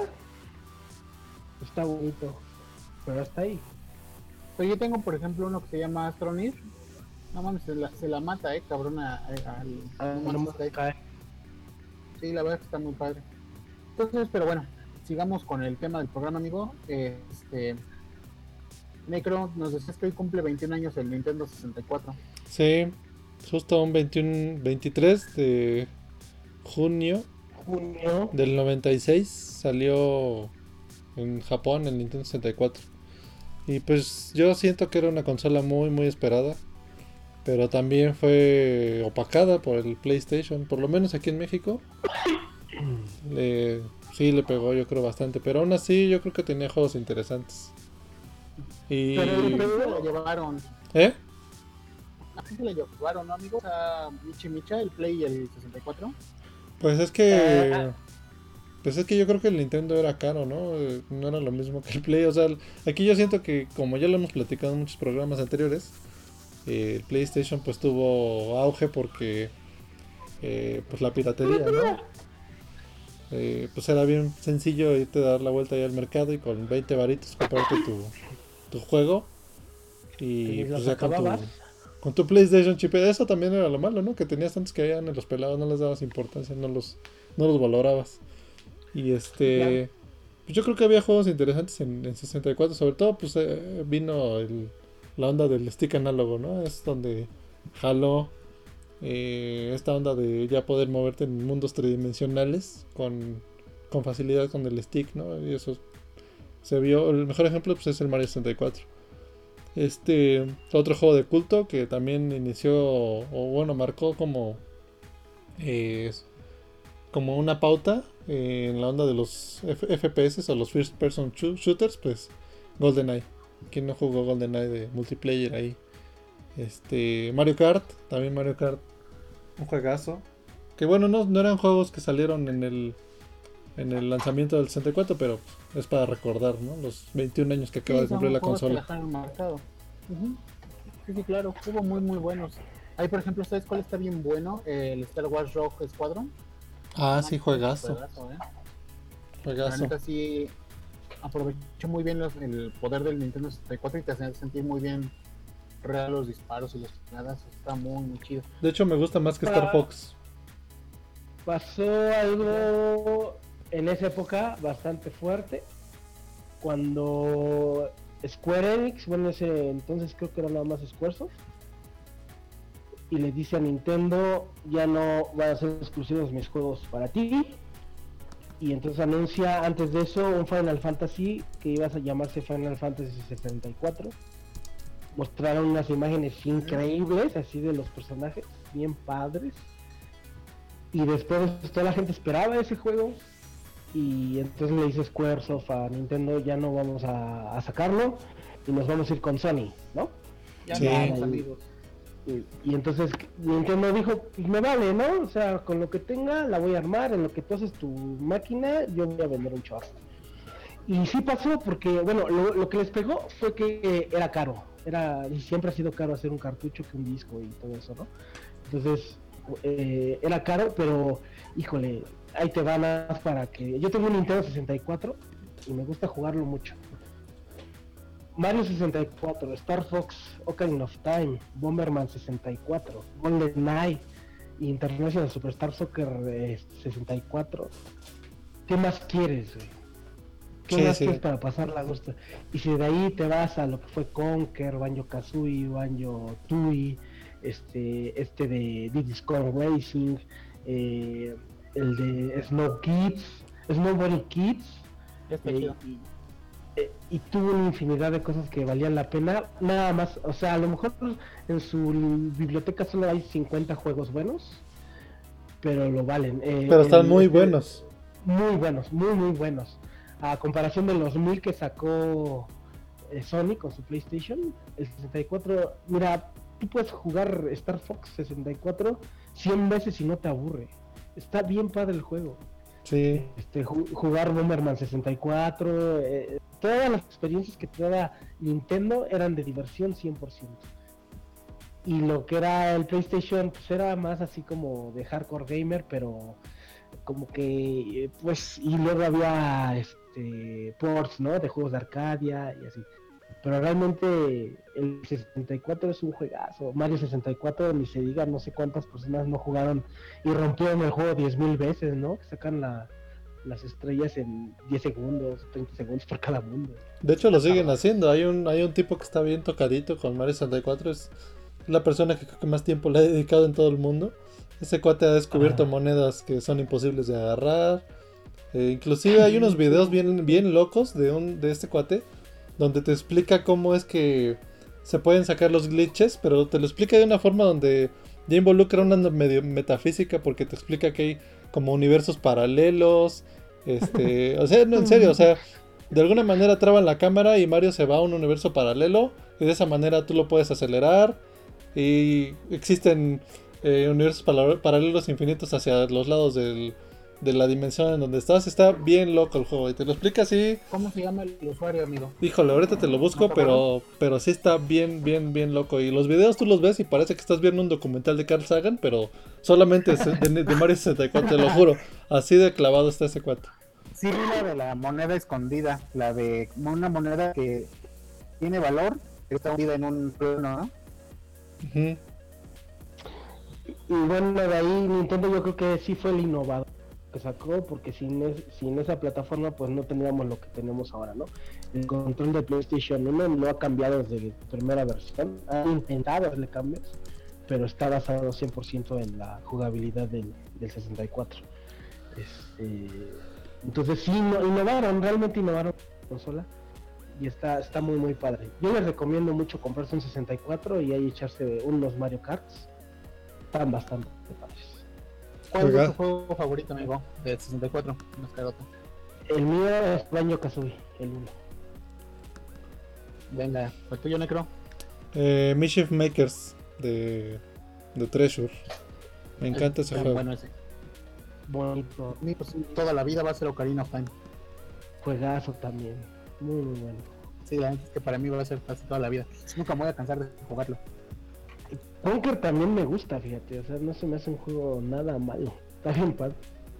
está bonito. Pero hasta ahí. Pues yo tengo, por ejemplo, uno que se llama Astronir. No mames, se la, se la mata, eh, cabrón, a- a- al Ah, No no Man's me Sky. cae. Sí, la verdad es que está muy padre. Entonces, pero bueno, sigamos con el tema del programa, amigo. Eh, este Necro, nos decías que hoy cumple veintiún años el Nintendo sesenta y cuatro. Sí, justo un veintiuno, veintitrés de junio Junio. del noventa y seis salió en Japón el Nintendo sesenta y cuatro. Y pues yo siento que era una consola muy muy esperada, pero también fue opacada por el PlayStation, por lo menos aquí en México. Le, sí le pegó yo creo bastante, pero aún así yo creo que tenía juegos interesantes. Y Pero- Así se la llevaron. ¿eh? Así se la llevaron, ¿no, amigos? A Michi Micha, el Play y el sesenta y cuatro. Pues es que Ah. pues es que yo creo que el Nintendo era caro, ¿no? Eh, No era lo mismo que el Play, o sea, el- aquí yo siento que como ya lo hemos platicado en muchos programas anteriores, eh, el PlayStation pues tuvo auge porque eh, pues la piratería, ¿no? Eh, pues era bien sencillo irte a dar la vuelta ahí al mercado y con veinte varitos comprarte tu, tu juego y Y pues los ya con tu, acababas. con tu PlayStation chip. Eso también era lo malo, ¿no? Que tenías tantos que habían en los pelados, no les dabas importancia, no los, no los valorabas. Y este, pues yo creo que había juegos interesantes en, en sesenta y cuatro, sobre todo pues eh, vino el, la onda del stick análogo, ¿no? Es donde jaló eh, esta onda de ya poder moverte en mundos tridimensionales con, con facilidad con el stick, ¿no? Y eso se vio, el mejor ejemplo pues es el Mario sesenta y cuatro. Este otro juego de culto que también inició o bueno marcó como eh, como una pauta eh, en la onda de los F- FPS o los First Person Shoo- Shooters, pues GoldenEye. ¿Quién no jugó GoldenEye de multiplayer ahí? Este Mario Kart, también Mario Kart, un juegazo. Que bueno, no, no eran juegos que salieron en el en el lanzamiento del sesenta y cuatro, pero es para recordar, ¿no? Los veintiún años que acaba Sí, de cumplir son la juegos que consola. dejaron marcado. Ujú. Sí, sí, claro, hubo muy muy buenos. Ahí, por ejemplo, ¿sabes cuál está bien bueno? El Star Wars Rogue Squadron. Ah, sí, juegazo. Juegazo, ¿eh? La Juegazo. neta sí aprovechó muy bien los- el poder del Nintendo sesenta y cuatro y te hace sentir muy bien real los disparos y los tiradas. Está muy muy chido. De hecho, me gusta más que Star Ah. Fox. Pasó algo en esa época bastante fuerte. Cuando Square Enix, bueno, ese entonces creo que era nada más Squaresoft, y le dice a Nintendo, ya no van a ser exclusivos mis juegos para ti. Y entonces anuncia antes de eso un Final Fantasy que iba a llamarse Final Fantasy sesenta y cuatro. Mostraron unas imágenes increíbles así de los personajes, bien padres. Y después toda la gente esperaba ese juego. Y entonces le dice Squaresoft a Nintendo, ya no vamos a, a sacarlo y nos vamos a ir con Sony, ¿no? Ya Sí. no somos amigos. Y, y entonces Nintendo dijo, pues me vale, ¿no? O sea, con lo que tenga la voy a armar, en lo que tú haces tu máquina, yo voy a vender un chorro. Y sí pasó porque, bueno, lo, lo que les pegó fue que era caro. Era, y siempre ha sido caro hacer un cartucho que un disco y todo eso, ¿no? Entonces, eh, era caro, pero, híjole, ahí te va nada más para que... Yo tengo un Nintendo sesenta y cuatro y me gusta jugarlo mucho. Mario sesenta y cuatro, Star Fox, Ocarina of Time, Bomberman sesenta y cuatro, GoldenEye, International Superstar Soccer eh, sesenta y cuatro. ¿Qué más quieres, güey? ¿Qué Sí, más sí. quieres para pasarla a gusto? Y si de ahí te vas a lo que fue Conker, Banjo Kazooie, Banjo Tooie, este, este de Diddy's Kong Racing, eh, el de Snow Kids, Snowbody Kids, Ya está Eh, chido. y, eh, y tuvo una infinidad de cosas que valían la pena. Nada más, o sea, a lo mejor en su biblioteca solo hay cincuenta juegos buenos, pero lo valen. Eh, Pero están el, muy este, buenos. muy buenos, muy, muy buenos. A comparación de los mil que sacó eh, Sony con su PlayStation, el sesenta y cuatro, mira, tú puedes jugar Star Fox sesenta y cuatro cien veces y no te aburre. Está bien padre el juego. Sí. Este, ju- jugar Bomberman sesenta y cuatro, eh, todas las experiencias que te daba Nintendo eran de diversión cien por ciento. Y lo que era el PlayStation, pues era más así como de hardcore gamer, pero como que, eh, pues, y luego había este ports, ¿no? De juegos de Arcadia y así. Pero realmente el sesenta y cuatro es un juegazo. Mario sesenta y cuatro, ni se diga, no sé cuántas personas no jugaron y rompieron el juego diez mil veces, ¿no? Que sacan la, las estrellas en diez segundos, treinta segundos por cada mundo. De hecho lo siguen Cabrón. haciendo. Hay un, hay un tipo que está bien tocadito con Mario sesenta y cuatro. Es la persona que creo que más tiempo le ha dedicado en todo el mundo. Ese cuate ha descubierto Ah. monedas que son imposibles de agarrar. Eh, inclusive hay unos videos bien, bien locos de, un, de este cuate donde te explica cómo es que se pueden sacar los glitches, pero te lo explica de una forma donde ya involucra una medio metafísica, porque te explica que hay como universos paralelos. Este, o sea, no, en serio, o sea, de alguna manera traban la cámara y Mario se va a un universo paralelo y de esa manera tú lo puedes acelerar y existen eh, universos para- paralelos infinitos hacia los lados del, de la dimensión en donde estás. Está bien loco el juego y te lo explica así. ¿Cómo se llama el usuario, amigo? Híjole, ahorita te lo busco, ¿No te pero, pero sí está bien, bien, bien loco. Y los videos tú los ves y parece que estás viendo un documental de Carl Sagan, pero solamente es de, de Mario sesenta y cuatro, te lo juro. Así de clavado está ese cuate. Sí, vi la de la moneda escondida, la de una moneda que tiene valor, pero está hundida en un plano, ¿no? Ujú. Y bueno, de ahí Nintendo yo creo que sí fue el innovador que sacó, porque sin, es, sin esa plataforma pues no tendríamos lo que tenemos ahora, ¿no? El control de PlayStation uno no ha cambiado desde la primera versión, han intentado hacerle cambios, pero está basado cien por ciento en la jugabilidad del, del sesenta y cuatro. Este, entonces sí, no, innovaron, realmente innovaron la consola y está, está muy muy padre. Yo les recomiendo mucho comprarse un sesenta y cuatro y ahí echarse unos Mario Karts, están bastante padres. ¿Cuál Juega. es tu juego favorito, amigo? Del sesenta y cuatro, Mascarota. El mío es Banjo Kazooie, el uno. Venga, el tuyo, Necro. Eh, Mischief Makers de, de Treasure. Me encanta ese Es juego. Bueno ese. Bonito, A mí, pues, toda la vida va a ser Ocarina of Time. juegazo también, muy muy bueno. Sí, la neta es que para mí va a ser casi toda la vida. Nunca me voy a cansar de jugarlo. Conker también me gusta, fíjate, o sea, no se me hace un juego nada malo, está bien padre.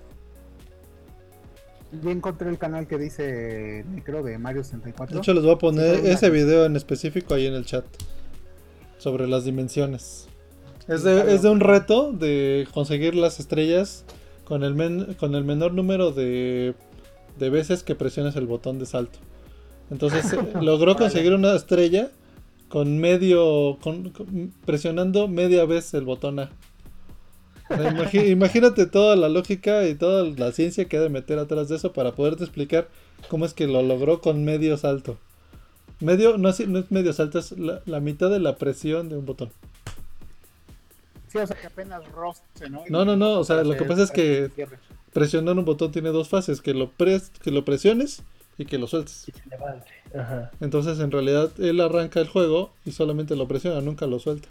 Ya encontré el canal que dice Necro de Mario sesenta y cuatro. De hecho, les voy a poner Sí, fue ese una- video en específico ahí en el chat. Sobre las dimensiones. Es Sí, de, está es de un loco. reto de conseguir las estrellas con el, men- con el menor número de, de veces que presiones el botón de salto. Entonces eh, logró Órale. conseguir una estrella con medio, con, con- presionando media vez el botón A. O sea, imagi- imagínate toda la lógica y toda la ciencia que ha de meter atrás de eso para poderte explicar cómo es que lo logró con medio salto. Medio, no es, no es medio salto, es la, la mitad de la presión de un botón. Sí, o sea que apenas roce, ¿no? No, no, no, o sea, Para lo que hacer- pasa es para que hacer cierre. presionar un botón tiene dos fases, que lo, pres, que lo presiones y que lo sueltes. Y se levante. Ajá. Entonces en realidad él arranca el juego y solamente lo presiona, nunca lo suelta.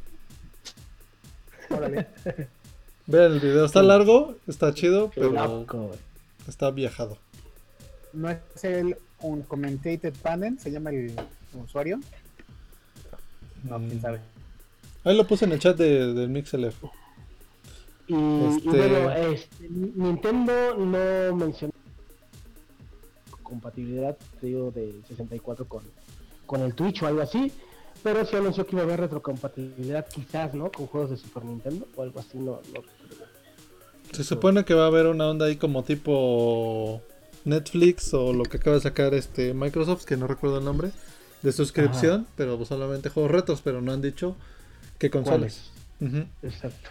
Órale. Vean el video, está largo, está chido, Qué pero loco, güey. está viajado. No es el un commentated panel, se llama el usuario. No, quién sabe. Ahí lo puse en el chat de, del MixLF. Y, y Este- bueno, este, Nintendo no mencionó compatibilidad, te digo, de sesenta y cuatro con, con el Twitch o algo así, pero sí anunció que iba a haber retrocompatibilidad quizás, ¿no? Con juegos de Super Nintendo o algo así, no, no. Se supone que va a haber una onda ahí como tipo Netflix o lo que acaba de sacar este Microsoft, que no recuerdo el nombre, de suscripción, pero pues solamente juegos retos, pero no han dicho qué consolas. Ujú. Exacto.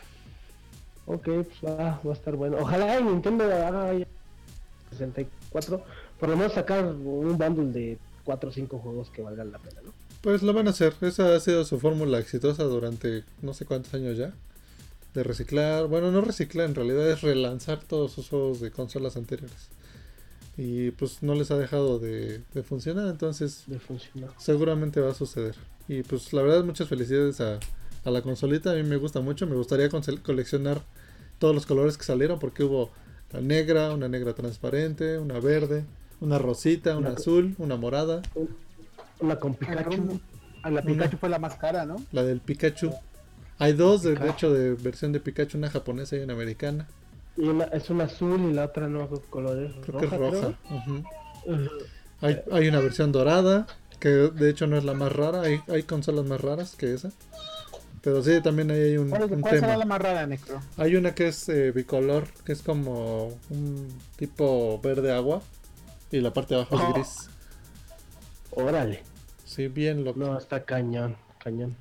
Ok, pues va, va a estar bueno. Ojalá y Nintendo haga ya sesenta y cuatro, por lo menos sacar un bundle de cuatro o cinco juegos que valgan la pena, ¿no? Pues lo van a hacer. Esa ha sido su fórmula exitosa durante no sé cuántos años ya. De reciclar. Bueno, no reciclar, en realidad es relanzar todos sus juegos de consolas anteriores. Y pues no les ha dejado de, de funcionar. Entonces De funcionar. seguramente va a suceder. Y pues la verdad muchas felicidades a, a la consolita. A mí me gusta mucho. Me gustaría conse- coleccionar todos los colores que salieron. Porque hubo la negra, una negra transparente, una verde, una rosita, una Una- azul, una morada. Una con Pikachu. A la Pikachu Una. fue la más cara, ¿no? La del Pikachu. Hay dos, de, de Pikachu. hecho, de versión de Pikachu, una japonesa y una americana. Y una, es una azul y la otra no color es Creo roja, que es roja. Ujú. creo. Hay, hay una versión dorada, que de hecho no es la más rara. Hay, hay consolas más raras que esa. Pero sí, también ahí hay un, ¿Cuál, un cuál será tema. la más rara, Necro? Hay una que es eh, bicolor, que es como un tipo verde agua. Y la parte de abajo es Oh. gris. Órale. Sí, bien loco. No, está cañón, cañón.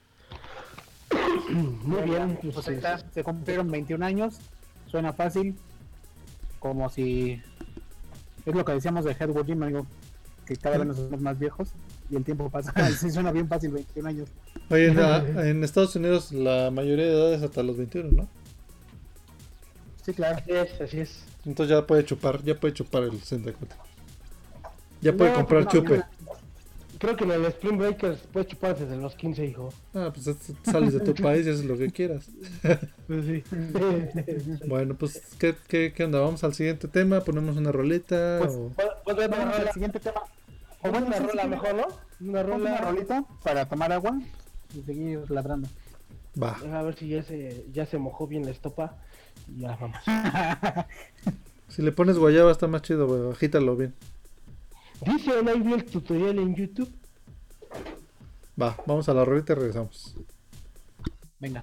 Muy bien, pues, Pues ahí está, se cumplieron veintiún años. Suena fácil. Como si. Es lo que decíamos de Edward Jim, amigo. Que cada vez nos hacemos más viejos. Y el tiempo pasa. Sí, suena bien fácil, veintiún años. Oye, en, la- en Estados Unidos la mayoría de edad es hasta los veintiuno, ¿no? Sí, claro. Así es, así es. Entonces ya puede chupar, ya puede chupar el sesenta y cuatro. Ya puede No, comprar no, chupe. Creo que en el Spring Breakers puedes chupar desde los quince, hijo. Ah, pues es- sales de tu país y haces lo que quieras. Pues sí. Bueno, pues, ¿qué, qué, qué onda? ¿Vamos al siguiente tema? ¿Ponemos una roleta? Pues, o- Pues ver una Vamos al rola, siguiente tema. o bueno, una sí, rola sí, mejor, ¿no? Una Ponte una rola. rolita para tomar agua y seguir ladrando. Va. A ver si ya se, ya se mojó bien la estopa. Y ya vamos. Si le pones guayaba está más chido, güey. Agítalo bien. Dice, ahí vi el tutorial en YouTube. Va, vamos a la roleta y regresamos. Venga.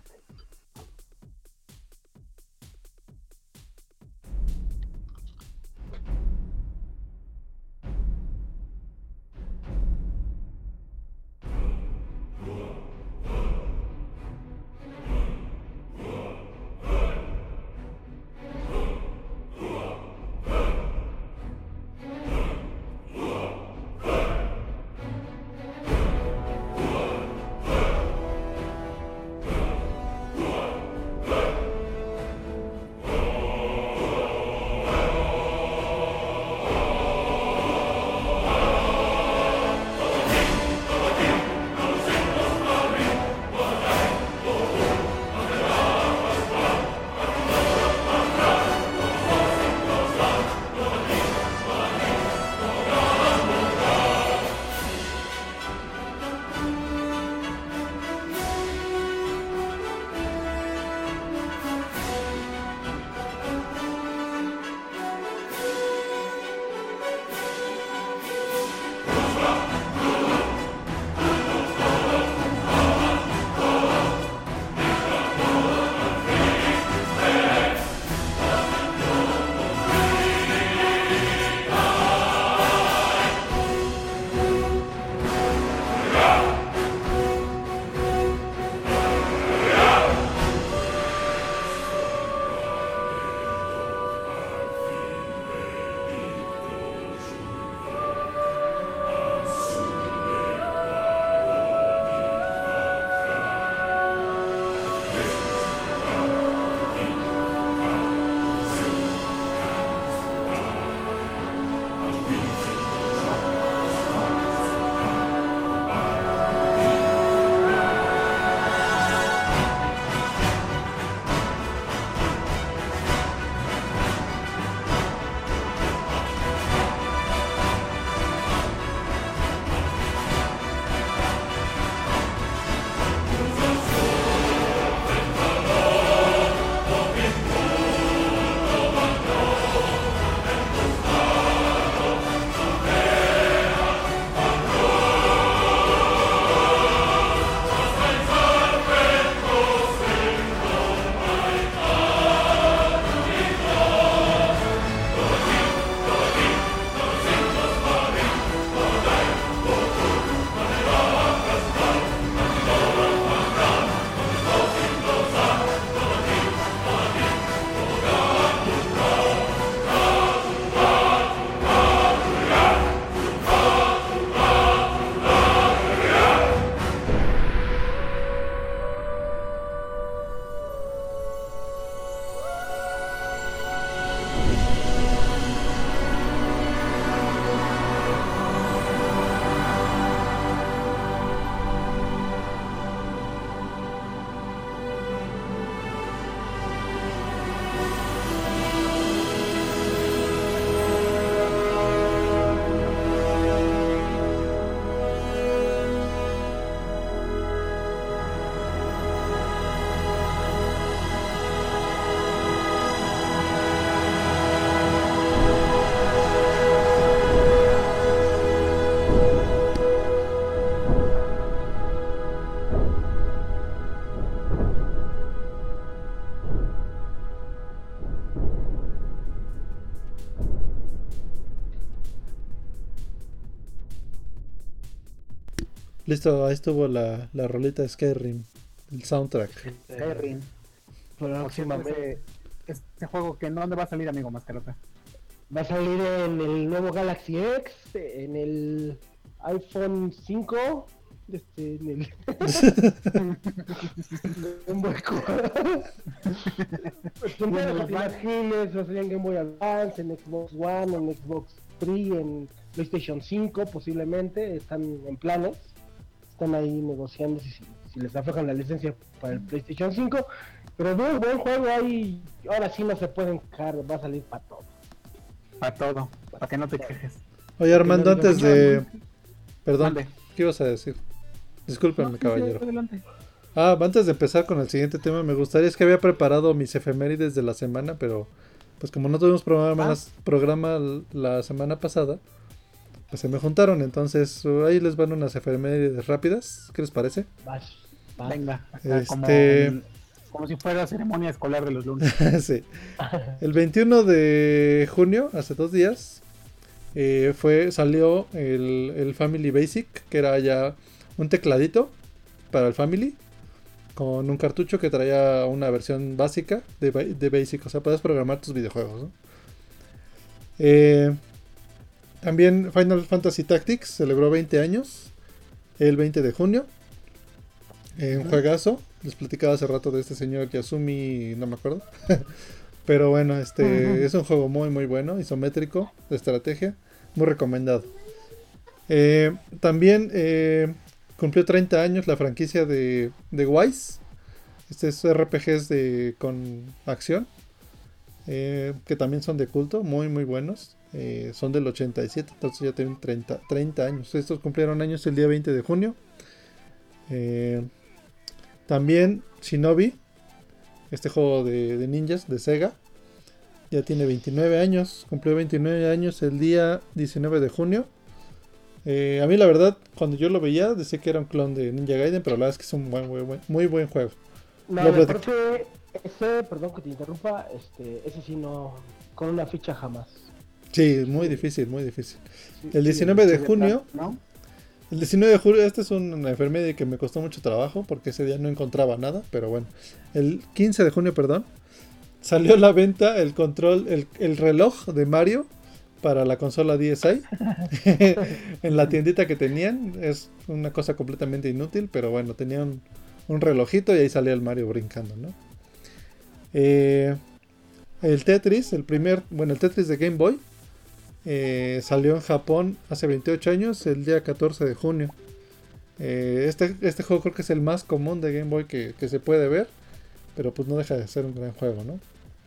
Listo, ahí estuvo la, la rolita de Skyrim, el soundtrack. Skyrim. Próximamente Este juego que no, ¿dónde va a salir, amigo Mascarota? va a salir en el nuevo Galaxy X, en el iPhone cinco, este, en el Game Boy Color. No te lo imagines, va a salir en Game Boy Advance, en Xbox One, en Xbox tres, en PlayStation cinco posiblemente, están en planes, están ahí negociando si, si les aflojan la licencia para el PlayStation cinco, pero de un buen juego ahí, ahora sí no se pueden quejar, va a salir para todo. Para todo, para que no te quejes. Oye, Armando, antes de... Perdón, Mande. ¿qué ibas a decir? Discúlpenme, No, sí, caballero. sí, adelante. Ah, antes de empezar con el siguiente tema, me gustaría, es que había preparado mis efemérides de la semana, pero pues como no tuvimos programa, Ah. las- programa l- la semana pasada, pues se me juntaron, entonces uh, ahí les van unas efemérides rápidas, ¿qué les parece? Vas, vas. Venga, acá como, Este- como si fuera ceremonia escolar de los lunes. Sí. El veintiuno de junio, hace dos días, eh, fue, salió el, el Family Basic, que era ya un tecladito para el Family, con un cartucho que traía una versión básica de, ba- de Basic, o sea, puedes programar tus videojuegos, ¿no? Eh, también Final Fantasy Tactics celebró veinte años, el veinte de junio. Eh, un juegazo, les platicaba hace rato de este señor Yasumi, no me acuerdo. Pero bueno, este Ujú. es un juego muy muy bueno, isométrico, de estrategia, muy recomendado. Eh, también eh, cumplió treinta años la franquicia de, de Wise. Este es R P Gs de, con acción, eh, que también son de culto, muy muy buenos. Eh, son del ochenta y siete, entonces ya tienen treinta, treinta años. Estos cumplieron años el día veinte de junio. Eh, también Shinobi, este juego de, de ninjas de Sega, ya tiene veintinueve años, cumplió veintinueve años el día diecinueve de junio. Eh, a mí la verdad, cuando yo lo veía, decía que era un clon de Ninja Gaiden, pero la verdad es que es un buen, muy buen, muy buen juego. No, Lo me platic- parece, ese, perdón que te interrumpa, este, ese sí no, con una ficha jamás. Sí, muy difícil, muy difícil. Sí, El sí, diecinueve de Sí, junio, ¿no? el diecinueve de julio, esta es una enfermedad que me costó mucho trabajo porque ese día no encontraba nada, pero bueno. El quince de junio, perdón, salió a la venta el control, el, el reloj de Mario para la consola D S i en la tiendita que tenían. Es una cosa completamente inútil, pero bueno, tenían un relojito y ahí salía el Mario brincando, ¿no? Eh, el Tetris, el primer, bueno, el Tetris de Game Boy, eh, salió en Japón hace veintiocho años, el día catorce de junio. Eh, este, este juego creo que es el más común de Game Boy que, que se puede ver, pero pues no deja de ser un gran juego, ¿no?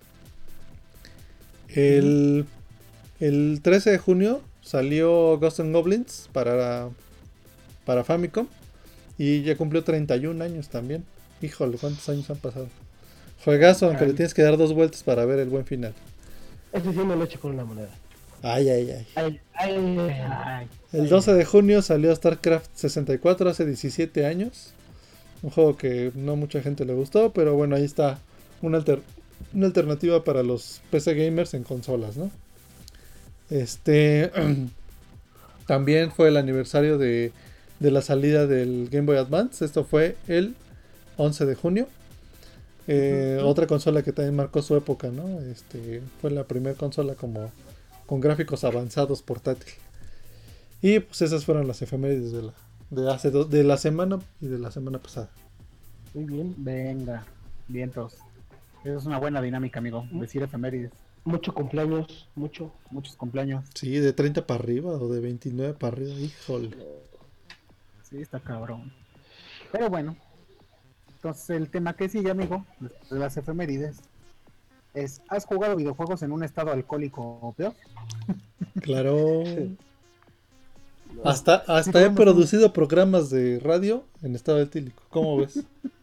El, el trece de junio salió Ghosts and Goblins para, para Famicom y ya cumplió treinta y un años también. Híjole, ¿cuántos años han pasado? Juegazo, aunque Ay. le tienes que dar dos vueltas para ver el buen final. Ese sí me lo echo con una moneda. Ay, ay, ay. Ay, ay, Ay, El doce de junio salió StarCraft sesenta y cuatro, hace diecisiete años. Un juego que no mucha gente le gustó, pero bueno, ahí está una, alter- una alternativa para los P C gamers en consolas, ¿no? Este también fue el aniversario de, de la salida del Game Boy Advance. Esto fue el once de junio. Eh, Ujú. Otra consola que también marcó su época, ¿no? Este fue la primera consola como con gráficos avanzados portátil. Y pues esas fueron las efemérides de la, de hace dos, de la semana y de la semana pasada. muy bien. venga, vientos. Esa es una buena dinámica, amigo. Decir efemérides. Mucho cumpleaños, mucho. Muchos cumpleaños. Sí, de treinta para arriba o de veintinueve para arriba, híjole. Sí, está cabrón. Pero bueno. Entonces el tema que sigue, amigo, después de las efemérides, es: ¿has jugado videojuegos en un estado alcohólico o peor? Claro. Hasta, hasta he podemos- producido programas de radio en estado etílico. ¿Cómo ves?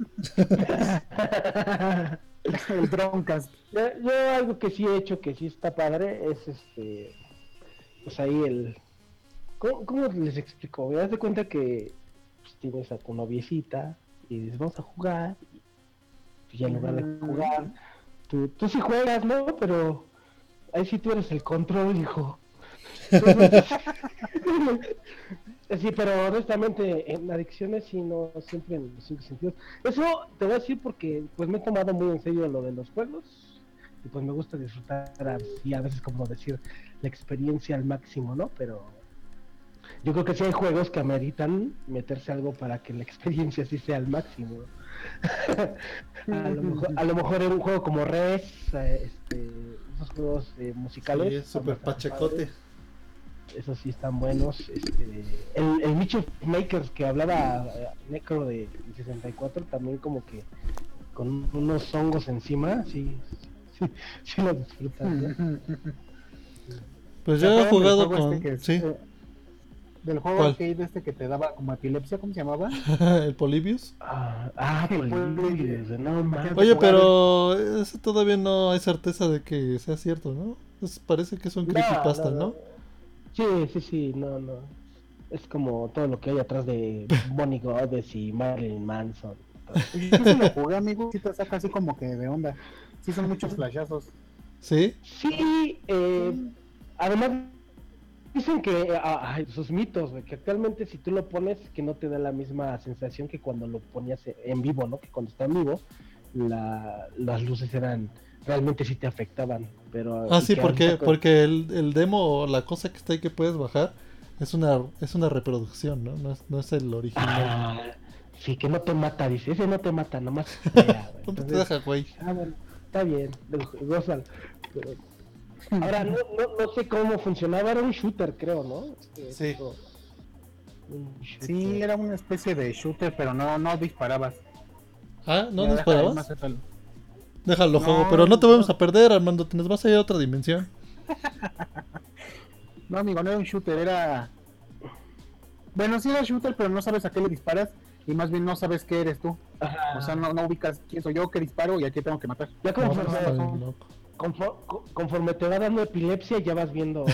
El Droncast. yo, yo algo que sí he hecho que sí está padre es este, pues ahí el, ¿cómo, cómo les explico? Me das de cuenta que pues, tienes a tu noviecita y dices vamos a jugar y pues, ya en lugar de jugar, tú, tú sí juegas, ¿no? Pero ahí sí tú eres el control, hijo. Entonces, Sí, pero honestamente en adicciones sí, no siempre en los cinco sentidos. Eso te voy a decir porque pues me he tomado muy en serio lo de los juegos y pues me gusta disfrutar así a veces como decir la experiencia al máximo, ¿no? Pero yo creo que sí hay juegos que ameritan meterse algo para que la experiencia sí sea al máximo. a, lo mejor, a lo mejor en un juego como Res, eh, este, esos juegos eh, musicales. Sí, es súper pachecote. Esos sí están buenos. Este, el, el Mischief Makers que hablaba eh, Necro de sesenta y cuatro también como que con unos hongos encima, sí, sí, sí lo disfrutan, ¿no? Pues yo he jugado con... Este que es, sí. eh, del juego ¿Cuál? arcade este que te daba como epilepsia, ¿cómo se llamaba? ¿El Polybius? Ah, ah El Polybius, no mames. Oye, pero eso todavía no hay certeza de que sea cierto, ¿no? Pues parece que es un creepypasta, ¿no? no, no. Sí, sí, sí, no, no. Es como todo lo que hay atrás de Bonnie Goddess y Marilyn Manson. Yo sí lo jugué, amigo, sí te saca así como que de onda. Sí son muchos flashazos. ¿Sí? Sí, eh, además dicen que ah, ay, sus mitos, güey, que actualmente si tú lo pones que no te da la misma sensación que cuando lo ponías en vivo, ¿no? Que cuando está en vivo la, las luces eran realmente sí te afectaban, pero Ah, sí, porque ahorita... porque el, el demo, la cosa que está ahí que puedes bajar es una es una reproducción, ¿no? No es, no es el original. Ah, sí, que no te mata, dice, ese no te mata, nomás espera, güey. ¿Dónde te deja, güey? Ah, bueno, está bien, gózalo. Pero... Ahora, no, no, no sé cómo funcionaba, era un shooter, creo, ¿no? Sí. Esto, un shooter. Sí, era una especie de shooter, pero no, no disparabas. Ah, ¿no Ya, nos deja de parabas? más el- Déjalo, No, juego, pero no te vamos no. a perder, Armando, te nos vas a ir a otra dimensión. No, amigo, no era un shooter, era... Bueno, sí era shooter, pero no sabes a qué le disparas y más bien no sabes qué eres tú. Ajá. O sea, no, no ubicas quién soy yo, qué disparo y a qué tengo que matar. Ya No, conforme, pues, está bien loco. conforme, conforme te va dando epilepsia, ya vas viendo.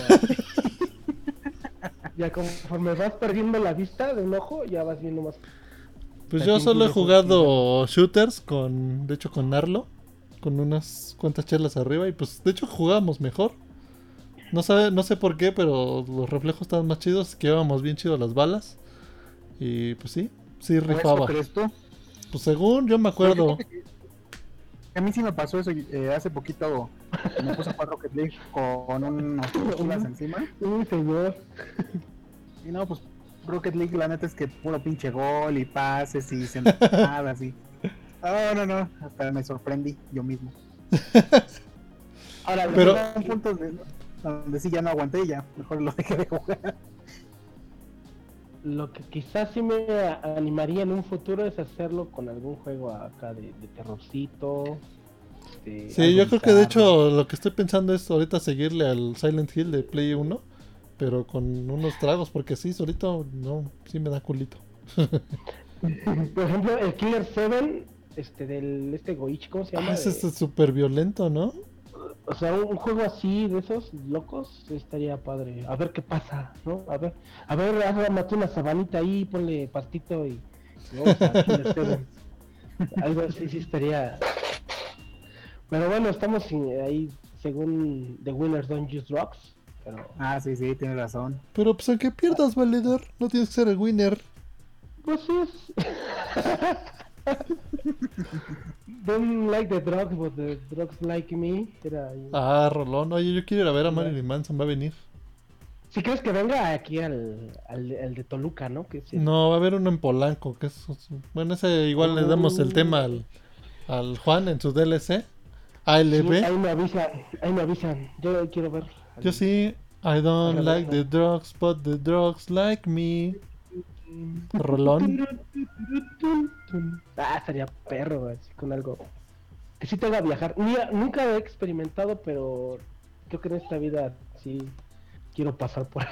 Ya conforme vas perdiendo la vista de un ojo, ya vas viendo más. Pues Aquí yo solo he incluye jugado shooters con, de hecho con Narlo, con unas cuantas chelas arriba y pues de hecho jugábamos mejor. No sabe, no sé por qué, pero los reflejos estaban más chidos, que íbamos bien chido las balas. Y pues sí, sí ¿O eso rifaba. crees tú? Pues según yo me acuerdo. A mí sí me pasó eso eh, hace poquito. Me puse a jugar Rocket League con unos mochilas encima. Uy, señor. Y no, pues Rocket League la neta es que puro pinche gol y pases y sentadas y... No, no, no, hasta me sorprendí yo mismo. Ahora, Pero- pero un punto de, donde sí ya no aguanté y ya, mejor lo dejé de jugar. Lo que quizás sí me a- animaría en un futuro es hacerlo con algún juego acá de, de terrorcito. de Sí, algo yo creo que de bizarro. hecho lo que estoy pensando es ahorita seguirle al Silent Hill de Play uno, pero con unos tragos, porque sí, solito no, sí me da culito. Por ejemplo, el Killer siete, este del este Goichi, ¿cómo se llama? Ah, ese De- es súper violento, ¿no? O sea, un juego así de esos locos estaría padre. A ver qué pasa, ¿no? A ver, a ver, hazle, mate una sabanita ahí, ponle pastito y, y vamos a Killer siete. Algo así sí estaría. Pero bueno, estamos sin- ahí según The Winners Don't Use Drugs, pero Ah, sí, sí, tienes razón. Pero pues aunque pierdas, valedor, no tienes que ser el winner. pues sí es. Don't like the drugs, but the drugs like me. Era ahí. Ah, Rolón, oye, yo quiero ir a ver a Marilyn Manson, va a venir. Si crees que venga aquí al, al, al de Toluca, ¿no? Que es el- No, va a haber uno en Polanco, que es... Bueno, ese igual le damos el tema al, al Juan en su D L C. Sí, ahí A L B. me avisan, ahí me avisan. Yo quiero ver. Yo sí. I don't Ajá, like ajá. the drugs, but the drugs like me. Rolón. Ah, estaría perro, güey, así con algo que sí te haga viajar. Mira, nunca he experimentado, pero creo que en esta vida sí quiero pasar por.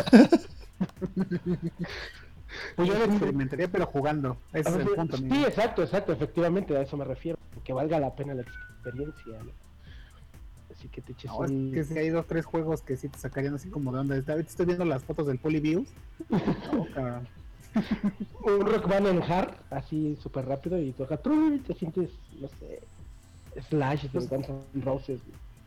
Pues yo lo experimentaría, pero jugando. Ese es el punto, amigo. Sí, exacto, exacto, efectivamente, a eso me refiero. Que valga la pena la experiencia, ¿no? Así que te eches No, es un... que si hay dos tres juegos que sí te sacarían así como de onda. Esta vez estoy viendo las fotos del Polybius. No, cabrón. un Rock Band en hard, así súper rápido y toca, y te sientes, no sé, Slash de Guns N' Roses.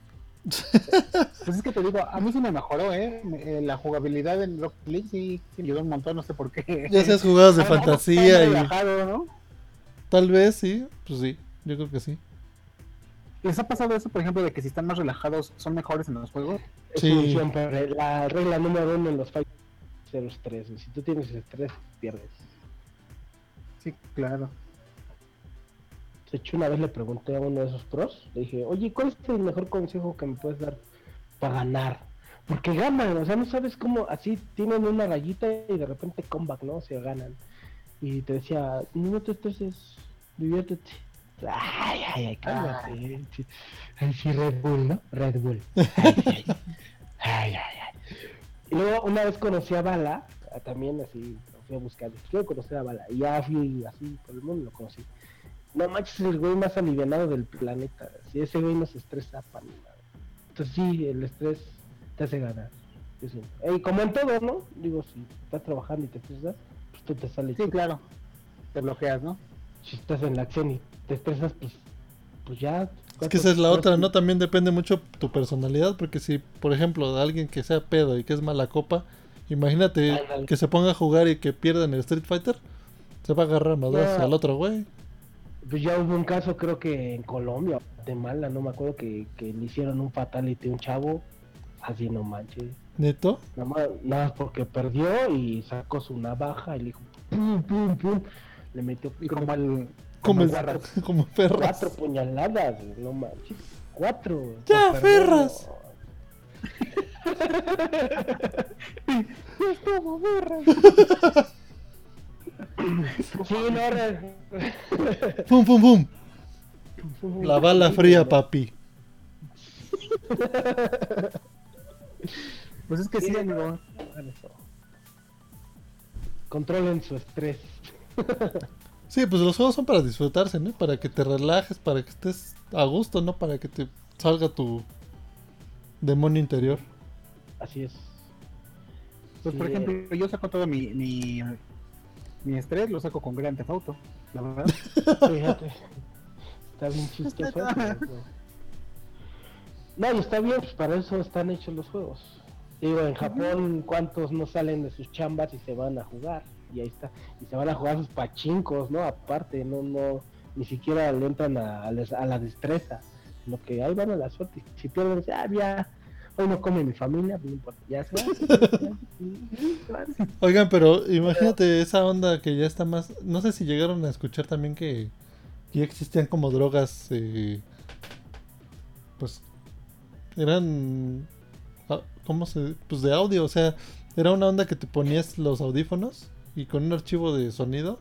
Pues es que te digo, a mí sí me mejoró, ¿eh? Me- eh, La jugabilidad en Rocket League sí, sí me ayudó un montón, no sé por qué. Ya seas jugados de A lo mejor fantasía está y relajado, ¿no? tal vez sí, pues sí, yo creo que sí. ¿Les ha pasado eso, por ejemplo, de que si están más relajados son mejores en los juegos? Es Sí. función, pero la regla número uno en los fights es el estrés. Si tú tienes estrés, pierdes. Sí, claro. De hecho, una vez le pregunté a uno de esos pros, le dije, oye, ¿cuál es el mejor consejo que me puedes dar para ganar? Porque ganan, o sea, no sabes cómo, así tienen una rayita y de repente comeback, ¿no? O sea, ganan. Y te decía, no te estreses, diviértete. Ay, ay, ay, cálmate. Sí, ay, sí, Red Bull, ¿no? Red Bull. Ay, sí. Ay, ay, ay. Y luego una vez conocí a Bala, también así, lo fui a buscar, quiero conocer a Bala. Y ya fui así, por el mundo lo conocí. No manches, es el güey más alivianado del planeta. Si ese güey no se estresa para nada. Entonces sí, el estrés te hace ganar. Y como en todo, ¿no? Digo, si estás trabajando y te estresas, pues tú te sales. Sí, claro. Te bloqueas, ¿no? Si estás en la acción y te estresas, pues, pues ya. Es que esa es la otra, ¿no? También depende mucho tu personalidad, porque si, por ejemplo, de alguien que sea pedo y que es mala copa, imagínate Ándale. que se ponga a jugar y que pierda en el Street Fighter, se va a agarrar madrazos No. al otro güey. Pues ya hubo un caso, creo que en Colombia, Guatemala, no me acuerdo, que, que le hicieron un fatality a un chavo. Así no manches. ¿Neto? Nada más, nada más porque perdió y sacó su navaja y le dijo pum, pum, pum. Le metió Y como el... Como, el, cuatro, como Ferras. cuatro puñaladas, no manches. Cuatro. ¡Ya, por Ferras! Estuvo Ferras. Sí, no, re... ¡Pum, pum, pum! La bala fría, papi. Pues es que sí, amigo. Controlen su estrés. Sí, pues los juegos son para disfrutarse, ¿no? Para que te relajes, para que estés a gusto, ¿no? Para que te salga tu demonio interior. Así es. Pues Sí, por eh. ejemplo, yo saco todo mi, mi, mi estrés, lo saco con Grand Theft Auto, la verdad. Fíjate. Está bien chistoso. pero- No, y está bien, pues para eso están hechos los juegos. Digo, en Japón, ¿cuántos no salen de sus chambas y se van a jugar? Y ahí está. Y se van a jugar sus pachincos, ¿no? Aparte, no, no, ni siquiera le entran a, a, les- a la destreza. Sino que ahí van a la suerte. Si pierden, dicen, ah, ya, hoy no come mi familia, pues no importa, ya se va. Se van. Oigan, pero imagínate esa onda que ya está más... No sé si llegaron a escuchar también que ya existían como drogas, eh, pues eran... ah, ¿Cómo se...? Pues de audio, o sea, era una onda que te ponías los audífonos y con un archivo de sonido,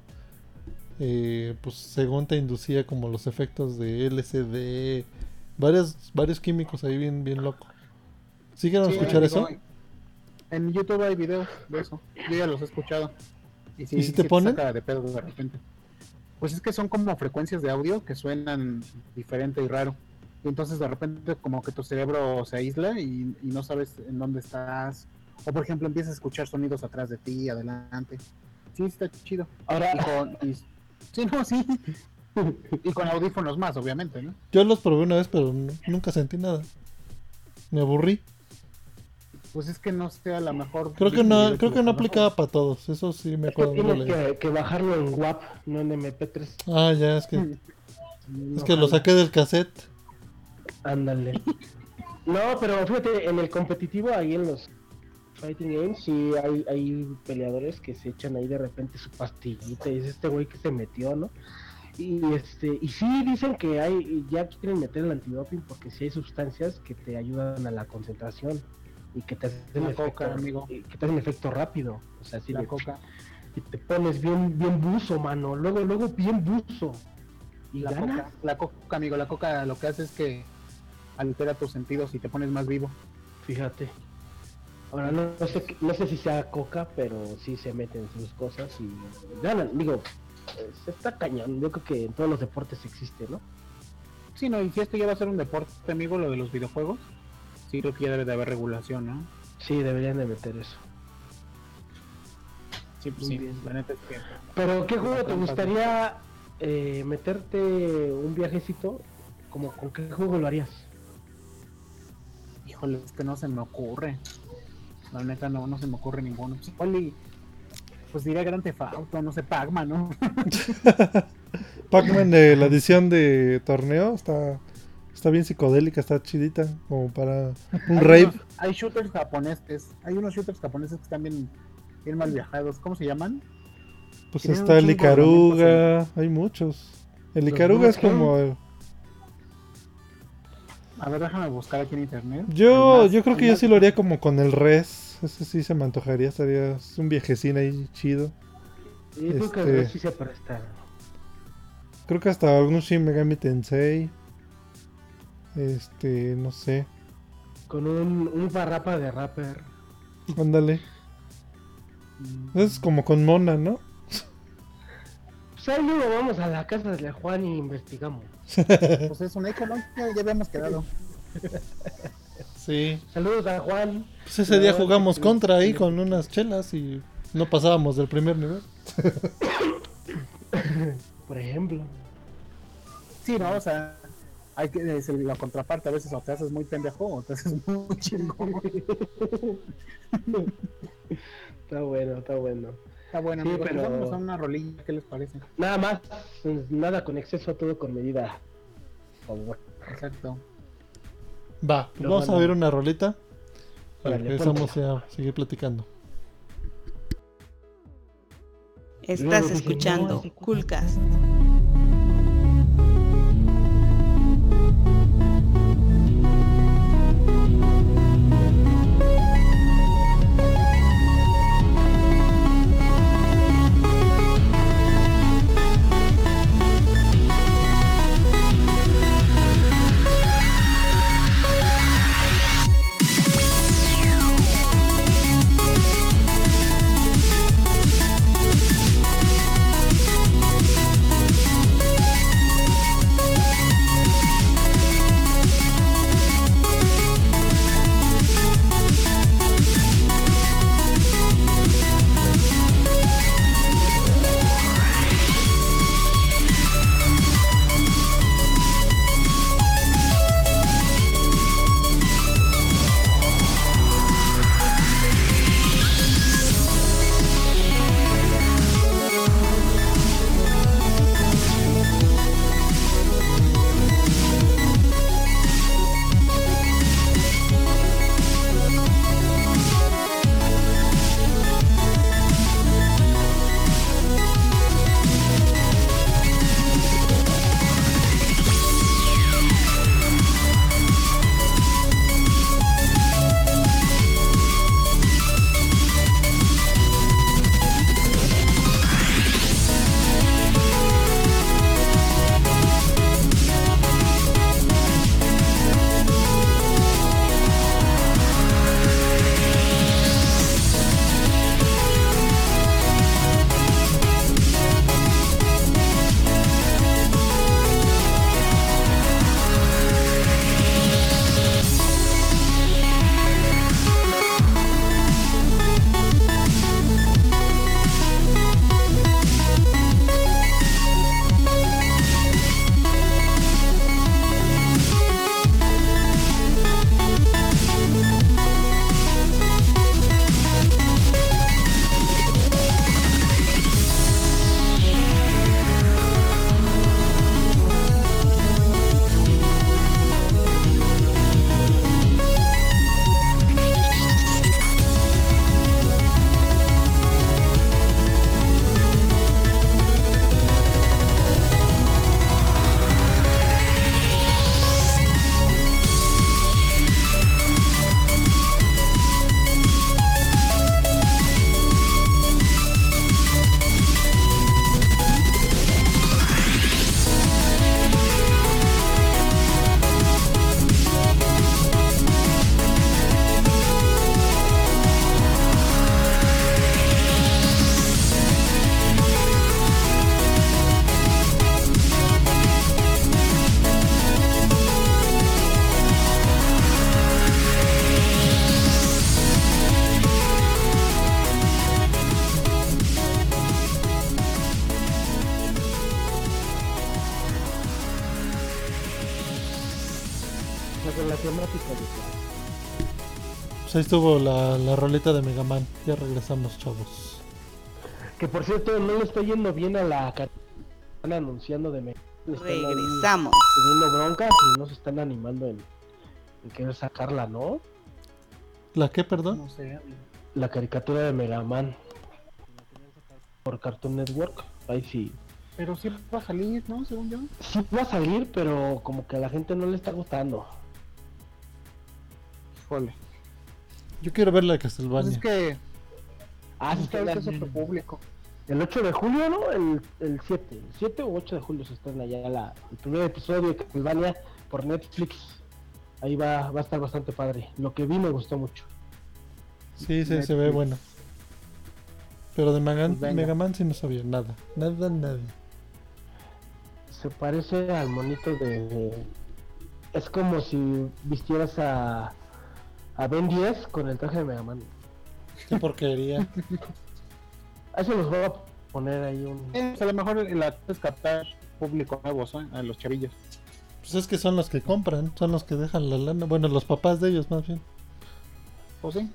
eh, pues según te inducía como los efectos de L S D, varios, varios químicos ahí bien, bien loco. ¿Siguen a Sí, escuchar amigo, eso? En YouTube hay videos de eso. Yo ya los he escuchado. Y, sí, ¿Y si te sí ponen? saca de pedo de repente. Pues es que son como frecuencias de audio que suenan diferente y raro. Y entonces de repente como que tu cerebro se aísla y, y no sabes en dónde estás. O por ejemplo empiezas a escuchar sonidos atrás de ti, adelante. Sí, está chido. Ahora, Y con... y- sí, no, sí. Y con audífonos más, obviamente, ¿no? Yo los probé una vez, pero n- nunca sentí nada. Me aburrí. Pues es que no sea la mejor... Creo que no, creo que no aplicaba para todos. Eso sí me es que acuerdo. de tienes leer. que, que bajarlo en W A P, no en M P tres. Ah, ya, es que, es No que lo jala. saqué del cassette. Ándale. No, pero fíjate, en el competitivo, ahí en los Fighting Games, sí hay, hay peleadores que se echan ahí de repente su pastillita y es este güey que se metió, ¿no? Y este y sí dicen que hay, ya quieren meter el antidoping porque sí hay sustancias que te ayudan a la concentración y que te hacen La efecto, coca, amigo. y que te hacen efecto rápido, o sea, así La de- coca. y te pones bien, bien buzo, mano, luego, luego bien buzo. Y La ganas. coca, la coca, amigo, la coca lo que hace es que altera tus sentidos y te pones más vivo. Fíjate. Ahora no, no sé qué- no sé si sea coca, pero sí se meten sus cosas y ganan. Digo, es- está cañón. Yo creo que en todos los deportes existe, ¿no? Sí, no, y si esto ya va a ser un deporte, amigo, lo de los videojuegos, sí creo que ya debe de haber regulación, ¿no? Sí, deberían de meter eso. Sí, pues Muy sí, bien. la neta es que... Pero ¿qué juego te trampas, gustaría eh, meterte un viajecito? Como con qué juego lo harías? Híjole, es que no se me ocurre. La neta no, no se me ocurre ninguno. Pues igual y, pues diría Grand Theft Auto, no sé, Pac-Man, ¿no? Pac-Man de la edición de torneo está, está bien psicodélica, está chidita, como para un Hay rave. unos- hay shooters japoneses, hay unos shooters japoneses que están bien, bien mal viajados. ¿Cómo se llaman? Pues tienen está un el chingo de elementos Icaruga, hay muchos. El Los Icaruga es Bullet como... A ver, déjame buscar aquí en internet. Yo, El más- yo creo que el yo más- sí lo haría como con el Res. Ese sí se me antojaría, estaría es un viejecín ahí chido. Y creo que Este- sí se presta. Creo que hasta algún Shin Megami Tensei. Este, no sé. Con un, un barrapa de rapper. Ándale. Mm, Es como con Mona, ¿no? Pues ahí luego vamos a la casa de Juan y investigamos. Pues es un hecho, ¿no? Ya, ya habíamos quedado. Sí. Saludos a Juan. Pues ese día No, jugamos sí, contra ahí sí. con unas chelas y no pasábamos del primer nivel. Por ejemplo. Sí, no, o sea, hay que, es el- la contraparte, a veces o te haces muy pendejo o te haces muy chingón. Está bueno, está bueno. Está bueno, Sí, amigos, pero- pues vámonos a una rolilla, ¿qué les parece? Nada más, pues, nada con exceso, todo con medida. Por favor. Exacto. Va, pues Lo vamos a bueno. ver una rolita. Y Órale, regresamos a seguir platicando. Estás Luego dicen, escuchando "No, ese- Coolcast. La, la temática de Juan. pues ahí estuvo la, la roleta de Mega Man. Ya regresamos, chavos. Que por cierto, no le está yendo bien a la car- están anunciando de Mega Man. Están ahí Regresamos. teniendo broncas y no se están animando en, en querer sacarla, ¿no? ¿La qué, perdón? No sé. La caricatura de Mega Man por Cartoon Network. Ahí sí. Pero sí va a salir, ¿no? Según yo. Sí va a salir, pero como que a la gente no le está gustando. Híjole. Yo quiero ver la de Pues Castlevania. es que. Ah, sí, es que está ahorita es otro público. el ocho de julio, ¿no? El, el siete. El siete o ocho de julio se estrena ya la, el primer episodio de Castlevania por Netflix. Ahí va, va a estar bastante padre. Lo que vi me gustó mucho. Sí, sí, se Netflix. ve bueno. Pero de Mega, Pues venga. Mega Man sí no sabía nada. Nada, nada. Se parece al monito de... Es como si vistieras a... A Ben diez con el traje de Mega Man. Qué porquería. Ahí se los voy a poner ahí un... Eh, pues a lo mejor la es captar público nuevo, ¿eh? A los chavillos. Pues es que son los que compran, son los que dejan la lana. Bueno, los papás de ellos más bien. Pues sí.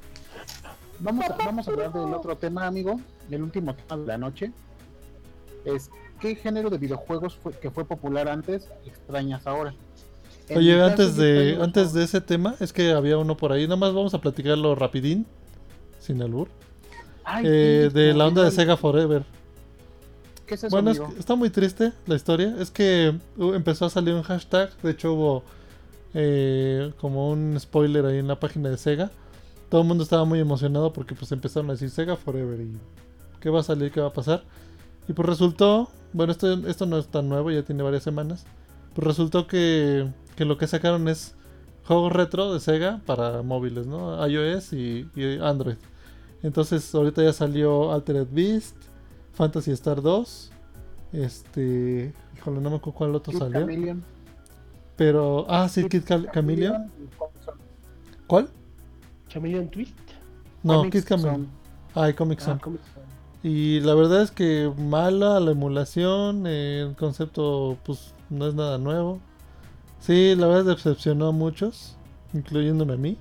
Vamos a, vamos a hablar del otro tema, amigo. El último tema de la noche. Es ¿qué género de videojuegos fue, que fue popular antes extrañas ahora? En mi Oye, caso, antes yo de extraño antes los- de ese tema, es que había uno por ahí. Nada más vamos a platicarlo rapidín, sin albur. Ay, Eh, sí, de se la onda de olvidó. Sega Forever. ¿Qué es eso, Bueno, es amigo? que está muy triste la historia. Es que uh, empezó a salir un hashtag. De hecho, hubo eh, como un spoiler ahí en la página de Sega. Todo el mundo estaba muy emocionado porque pues empezaron a decir Sega Forever y qué va a salir, qué va a pasar. Y pues resultó, bueno, esto, esto no es tan nuevo, ya tiene varias semanas. Pues resultó que, que lo que sacaron es juegos retro de Sega para móviles, ¿no? iOS y, y Android. Entonces ahorita ya salió Altered Beast, Phantasy Star dos, este, híjole, no me acuerdo cuál otro Kid salió. Chameleon. Pero, ah, sí, Kid Cal- Chameleon. ¿Cuál? Chameleon Twist. No, Comic Kid Chameleon. Zone. Ah, y Comic Ah, Zone. Comic Zone. Y la verdad es que mala la emulación, eh, el concepto pues no es nada nuevo. Sí, la verdad decepcionó a muchos, incluyéndome a mí.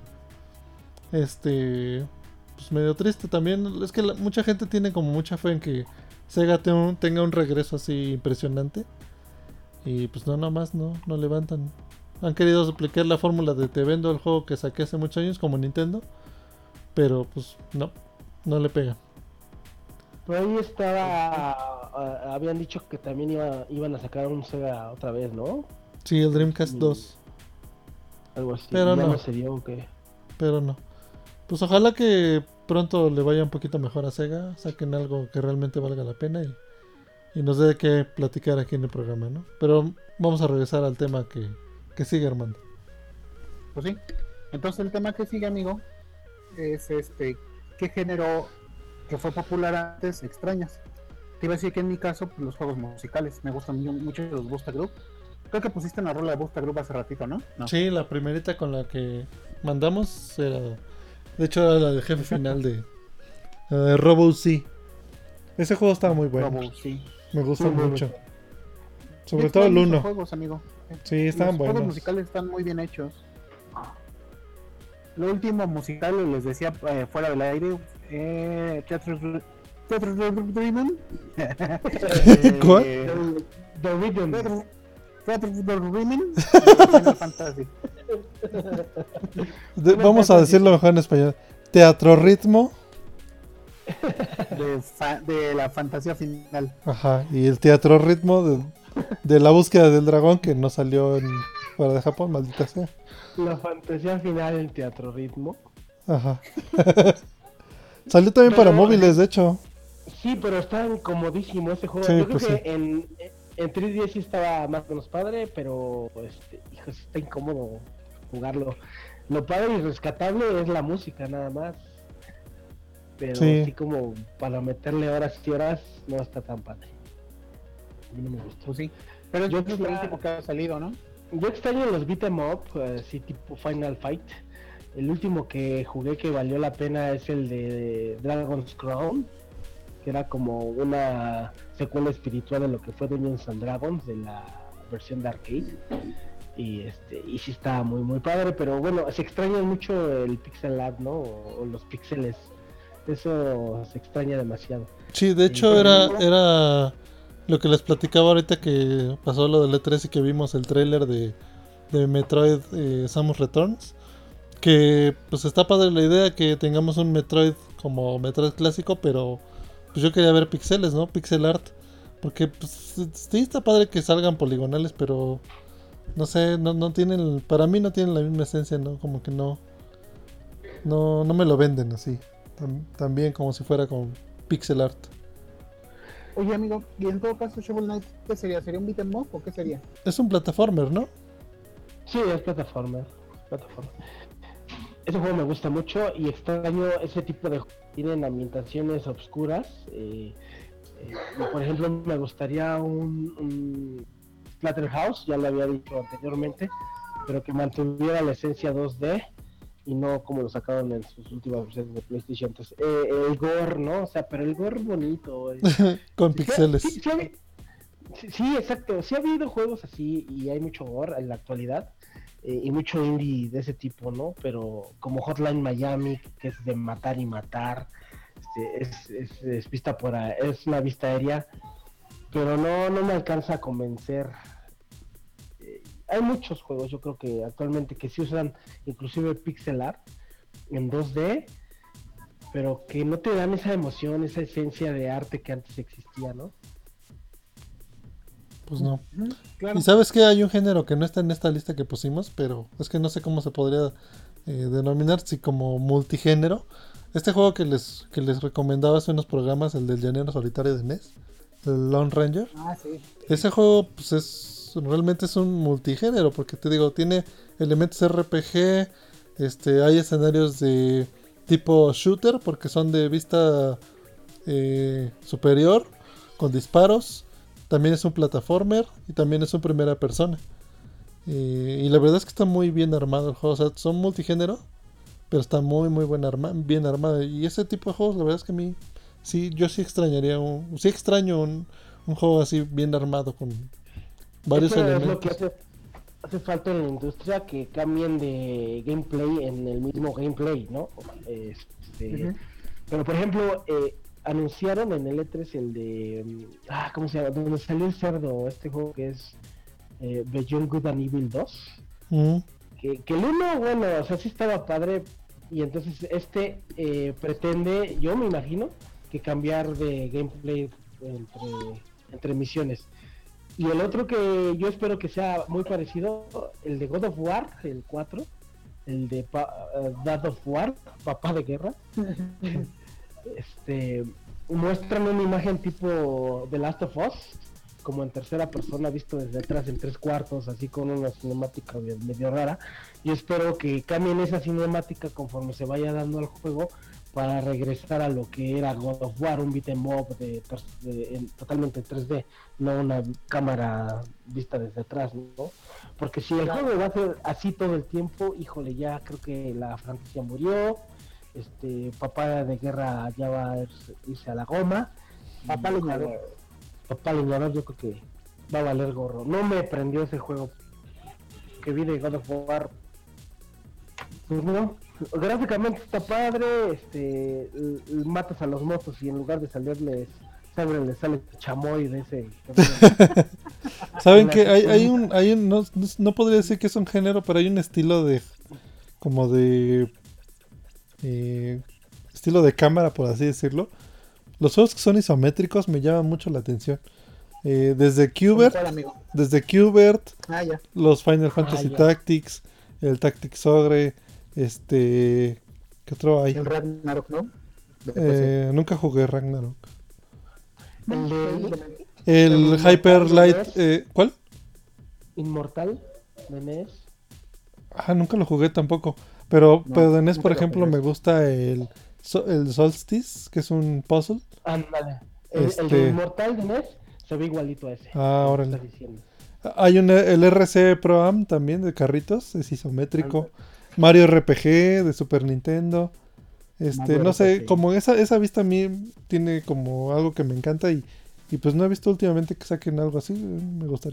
Este, pues medio triste también. Es que la- mucha gente tiene como mucha fe en que Sega te- un- tenga un regreso así impresionante. Y pues no, nada más no, no levantan. Han querido duplicar la fórmula de te vendo el juego que saqué hace muchos años como Nintendo. Pero pues no, no le pega. Por ahí estaba... ah, habían dicho que también iba, iban a sacar un Sega otra vez, ¿no? Sí, el Dreamcast Mm. dos. Algo así. Pero ya no. no se dio, ¿o qué? Pero no. Pues ojalá que pronto le vaya un poquito mejor a Sega, saquen algo que realmente valga la pena y, y nos dé que platicar aquí en el programa, ¿no? Pero vamos a regresar al tema que, que sigue, Armando. Pues sí. Entonces el tema que sigue, amigo, es este, ¿qué género que fue popular antes extrañas? Te iba a decir que en mi caso, pues, los juegos musicales. Me gustan mu- mucho los Busta Group. Creo que pusiste una rola de Busta Group hace ratito, ¿no? No. Sí, la primerita con la que mandamos era, de hecho era la del jefe Exacto. final de, la de Robo C. Ese juego estaba muy bueno, Robo, sí. me gustó Sí, muy mucho. bueno. Sobre Yo todo el extraño esos uno. juegos, amigo. Sí, estaban Los juegos buenos. musicales están muy bien hechos. Lo último musical, les decía eh, fuera del aire, eh, Teatro Teatro Dreamen. ¿Cuál? The, The Rhythm. Teatro Teatro Dreamen. Final Fantasy. De- vamos a decirlo mejor en español. Teatro ritmo. De, fa- de la fantasía final. Ajá, y el teatro ritmo de, de la búsqueda del dragón que no salió en, fuera de Japón, maldita sea. La fantasía final en Teatro Ritmo. Ajá. Salió también para Pero- móviles, de hecho. Sí, pero está incomodísimo ese juego. Sí, Yo creo pues que sí. en, en tres D S sí estaba más o menos padre, pero este, hijo, sí está incómodo jugarlo. Lo padre y rescatable es la música nada más. Pero Sí. así como para meterle horas y horas no está tan padre. A mí no me gustó. Pues sí. Pero Yo yo es lo extra- último que ha salido, ¿no? Yo extraño los beat 'em up, eh, así tipo Final Fight. El último que jugué que valió la pena es el de Dragon's Crown, que era como una secuela espiritual de lo que fue Dungeons and Dragons de la versión de arcade. y este y sí está muy muy padre, pero bueno, se extraña mucho el pixel art, ¿no? O, o los píxeles, eso se extraña demasiado. Sí, de hecho era era lo que les platicaba ahorita que pasó lo del E tres y que vimos el tráiler de, de Metroid eh, Samus Returns, que pues está padre la idea que tengamos un Metroid como Metroid clásico, pero pues yo quería ver píxeles, ¿no? Pixel art, porque pues sí está padre que salgan poligonales, pero no sé, no, no tienen, para mí no tienen la misma esencia, ¿no? Como que no, no, no me lo venden así, tan, tan bien como si fuera con pixel art. Oye, amigo, y en todo caso, Shovel Knight, ¿qué sería? ¿Sería un beat 'em up o qué sería? Es un plataformer, ¿no? Sí, es plataforma, plataforma. Ese juego me gusta mucho y extraño ese tipo de juegos que tienen ambientaciones obscuras. Eh, eh, y por ejemplo, me gustaría un, un Splatterhouse, ya lo había dicho anteriormente, pero que mantuviera la esencia dos D y no como lo sacaron en sus últimas versiones de PlayStation. Entonces, eh, el gore, ¿no? O sea, pero el gore bonito. Eh. Con Sí, píxeles. sí, sí, ha- sí, sí, exacto. Sí ha habido juegos así y hay mucho gore en la actualidad. Eh, y mucho indie de ese tipo, ¿no? Pero como Hotline Miami, que es de matar y matar, este, es, es, es vista por a- es una vista aérea, pero no, no me alcanza a convencer. Eh, hay muchos juegos, yo creo que actualmente que sí usan inclusive pixel art en dos D, pero que no te dan esa emoción, esa esencia de arte que antes existía, ¿no? Pues no. Ujú, claro. Y sabes que hay un género que no está en esta lista que pusimos, pero es que no sé cómo se podría eh, denominar, si como multigénero. Este juego que les, que les recomendaba hace unos programas, el del llanero solitario de N E S, el Lone Ranger. Ah, sí. Ese juego pues es realmente es un multigénero, porque te digo, tiene elementos R P G, este, hay escenarios de tipo shooter, porque son de vista eh, superior, con disparos. También es un plataformer y también es un primera persona. Eh, y la verdad es que está muy bien armado el juego. O sea, son multigénero, pero está muy, muy buen arma bien armado. Y ese tipo de juegos, la verdad es que a mí, sí, yo sí extrañaría un. Sí extraño un, un juego así bien armado con varios Eso es elementos. lo que hace, hace falta en la industria, que cambien de gameplay en el mismo gameplay, ¿no? Este, Ujú. Pero por ejemplo, eh, anunciaron en el E tres el de... mm, Ah, ¿cómo se llama? Donde salió el cerdo, este juego que es eh, Beyond Good and Evil dos. Mm, Que, que el uno, bueno, o sea, sí estaba padre. Y entonces este eh, pretende, yo me imagino, que cambiar de gameplay entre, entre misiones. Y el otro que yo espero que sea muy parecido, el de God of War, el cuatro, el de pa uh, God of War, Papá de Guerra. Este, muestran una imagen tipo The Last of Us, como en tercera persona, visto desde atrás en tres cuartos, así con una cinemática medio rara. Yo espero que cambien esa cinemática conforme se vaya dando al juego, para regresar a lo que era God of War, un beat 'em up de, de, en, totalmente en tres D, no una cámara vista desde atrás, ¿no? Porque si el juego va a ser así todo el tiempo, híjole, ya creo que la franquicia murió, este Papá de Guerra ya va a irse a la goma, Papá y, leñador. Papá leñador yo creo que va a valer gorro. No me prendió ese juego que vi de God of War. Pues no, gráficamente está padre, este, l- l- matas a los motos y en lugar de salirles sangre les sale chamoy de ese. Saben que hay, hay un, hay un no, no- no podría decir que es un género, pero hay un estilo de, como de, eh, estilo de cámara, por así decirlo. Los juegos que son isométricos me llaman mucho la atención. Eh, desde ¿Cómo Qbert, cuál, amigo? desde Qbert, Ah, ya. los Final Fantasy ya. Tactics, el Tactics Ogre, este, ¿qué otro hay? El Ragnarok, ¿no? De P C. Eh, nunca jugué Ragnarok. El de El El Hyper Mortal Light, Kombat. eh, ¿cuál? Inmortal de N E S. Ah, nunca lo jugué tampoco. Pero, No, pero de N E S, nunca por lo ejemplo, jugué. me gusta el, so- el Solstice, que es un puzzle. Ándale. El, el Este- de Inmortal de N E S se ve igualito a ese. Ah, el que órale. estás diciendo. Hay un, el R C Pro Am también de carritos, es isométrico. Mario R P G de Super Nintendo. Este, Mario no sé, R P G. como esa, esa vista a mí tiene como algo que me encanta y, y pues no he visto últimamente que saquen algo así, me gustaría.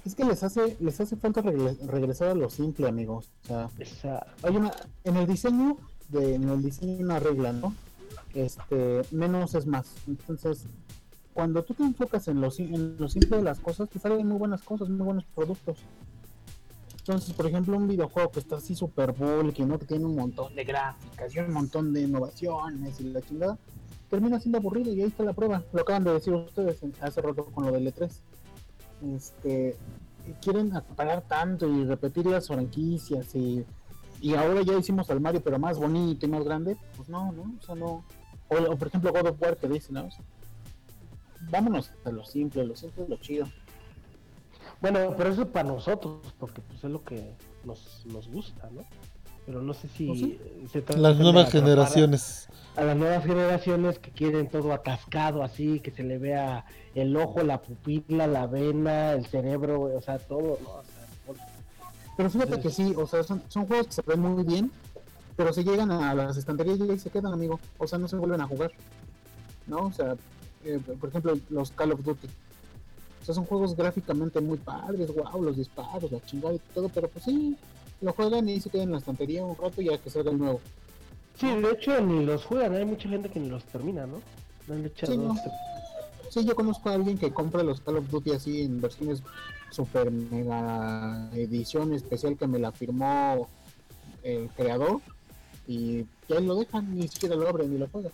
Es que les hace, les hace falta regre- regresar a lo simple, amigos. O sea, Esa... hay una, en el diseño, de, en el diseño hay una regla, ¿no? Este, menos es más. Entonces, cuando tú te enfocas en lo, sim- en lo simple de las cosas, te salen muy buenas cosas, muy buenos productos. Entonces, por ejemplo, un videojuego que está así super bulky, ¿no? Que tiene un montón de gráficas y un montón de innovaciones y la chingada, termina siendo aburrido y ahí está la prueba. Lo acaban de decir ustedes en- hace rato con lo del E tres. Este, quieren acaparar tanto y repetir las franquicias y, y ahora ya hicimos al Mario pero más bonito y más grande, pues no, no, o sea, no. O, o por ejemplo God of War que dicen, ¿no? O sea, vámonos a lo simple, lo simple es lo chido. Bueno, pero eso es para nosotros, porque pues es lo que nos, nos gusta, ¿no? Pero no sé si ¿Oh, sí? se trata Las de nuevas atrapar generaciones. A, a las nuevas generaciones que quieren todo atascado así, que se le vea el ojo, la pupila, la vena, el cerebro, o sea, todo, ¿no? O sea, por- Pero fíjate Entonces- que sí, o sea, son, son juegos que se ven muy bien, pero se llegan a las estanterías y ahí se quedan, amigo. O sea, no se vuelven a jugar, ¿no? O sea, eh, por ejemplo, los Call of Duty. O sea, son juegos gráficamente muy padres, wow, los disparos, la chingada y todo, pero pues sí, lo juegan y se quedan en la estantería un rato y ya que salga el nuevo. Sí, de hecho ni los juegan, hay mucha gente que ni los termina, ¿no? No han echado Sí, no. este- Sí, yo conozco a alguien que compra los Call of Duty así en versiones super mega edición especial que me la firmó el creador y ya lo dejan, ni siquiera lo abren ni lo juegan.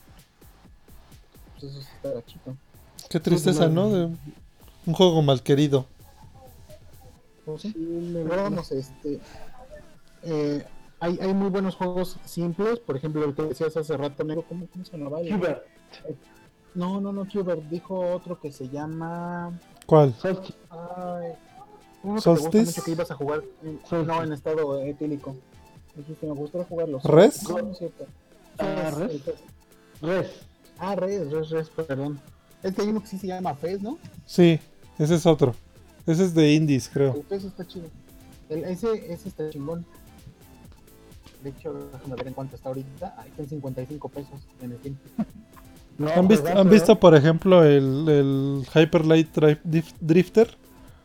Pues eso está gachito. Qué tristeza, ¿no? De un juego mal querido. Pues sí. Sí, me- Pero vamos, este eh, hay, hay muy buenos juegos simples, por ejemplo el que decías hace rato, negro, ¿cómo, cómo se llamaba? Hubert, No, no, no, Hubert, dijo otro que se llama ¿Cuál? Solstice, ay, uno que te ¿Solstice? gusta mucho que ibas a jugar en, Solstice. no en estado etílico. Dijiste, me gustaría jugarlo. ¿Res? No, no es cierto. Ah, Fez, Res. el Fez. Res. Ah, Res, Res, Res, perdón. Es que hay uno que sí se llama Fez, ¿no? Sí, ese es otro. Ese es de indies, creo. El Fez está chido. El, ese, ese está chingón. De hecho, déjame ver en cuánto está ahorita. Ahí está en cincuenta y cinco pesos en Steam. No, ¿Han visto, juegazo, ¿han ¿eh? visto por ejemplo, el, el Hyper Light Dri- Dif- Drifter?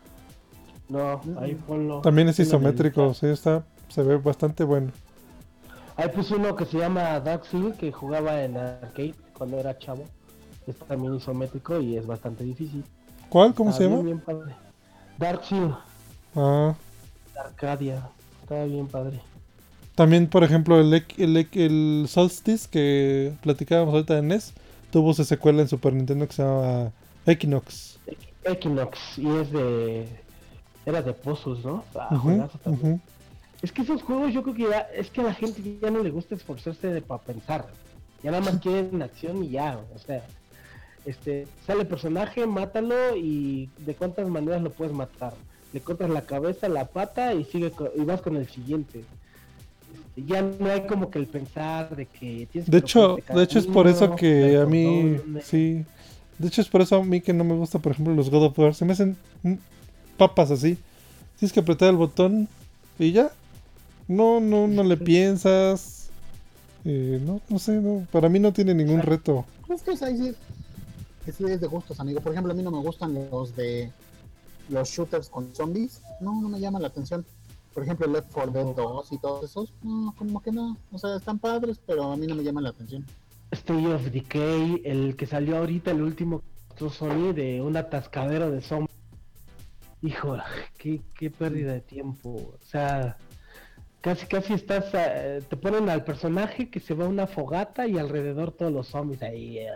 No, ahí ponlo. También es En la isométrico, lista. sí, está, se ve bastante bueno. Ahí puse uno que se llama Dark Seal, que jugaba en arcade cuando era chavo. Es también isométrico y es bastante difícil. ¿Cuál? ¿Cómo Está se bien, llama? bien padre. Dark Seal, Ah, Arcadia. Está bien padre. también, por ejemplo, el, Equ- el, Equ- el Solstice que platicábamos ahorita de N E S, tuvo su secuela en Super Nintendo que se llama Equinox. Equinox, y es de. Era de pozos, ¿no? Ah, Ujú, juegazo también. ujú. Es que esos juegos yo creo que ya. Es que a la gente ya no le gusta esforzarse de para pensar. Ya nada más quieren acción y ya. O sea, este. Sale el personaje, mátalo y de cuántas maneras lo puedes matar. Le cortas la cabeza, la pata y sigue co- y vas con el siguiente. Este, ya no hay como que el pensar de que tienes De que hecho, recorrerte de hecho es por eso camino, que ver a por mí, dónde. sí, de hecho es por eso a mí que no me gusta, por ejemplo, los God of War, se me hacen mm, papas así. Tienes que apretar el botón y ya. No, no, no le piensas. Eh, no, no sé, no, para mí no tiene ningún reto. Es que es ahí sí, que sí es de gustos, amigo. Por ejemplo, a mí no me gustan los de los shooters con zombies. No, no me llama la atención. Por ejemplo, Left four Dead dos y todos esos. No, como que no. O sea, están padres, pero a mí no me llaman la atención. State of Decay, el que salió ahorita, el último que Sony de un atascadero de zombies. Hijo, qué, qué pérdida de tiempo. O sea, casi casi estás, eh, te ponen al personaje que se va a una fogata y alrededor todos los zombies ahí. eh,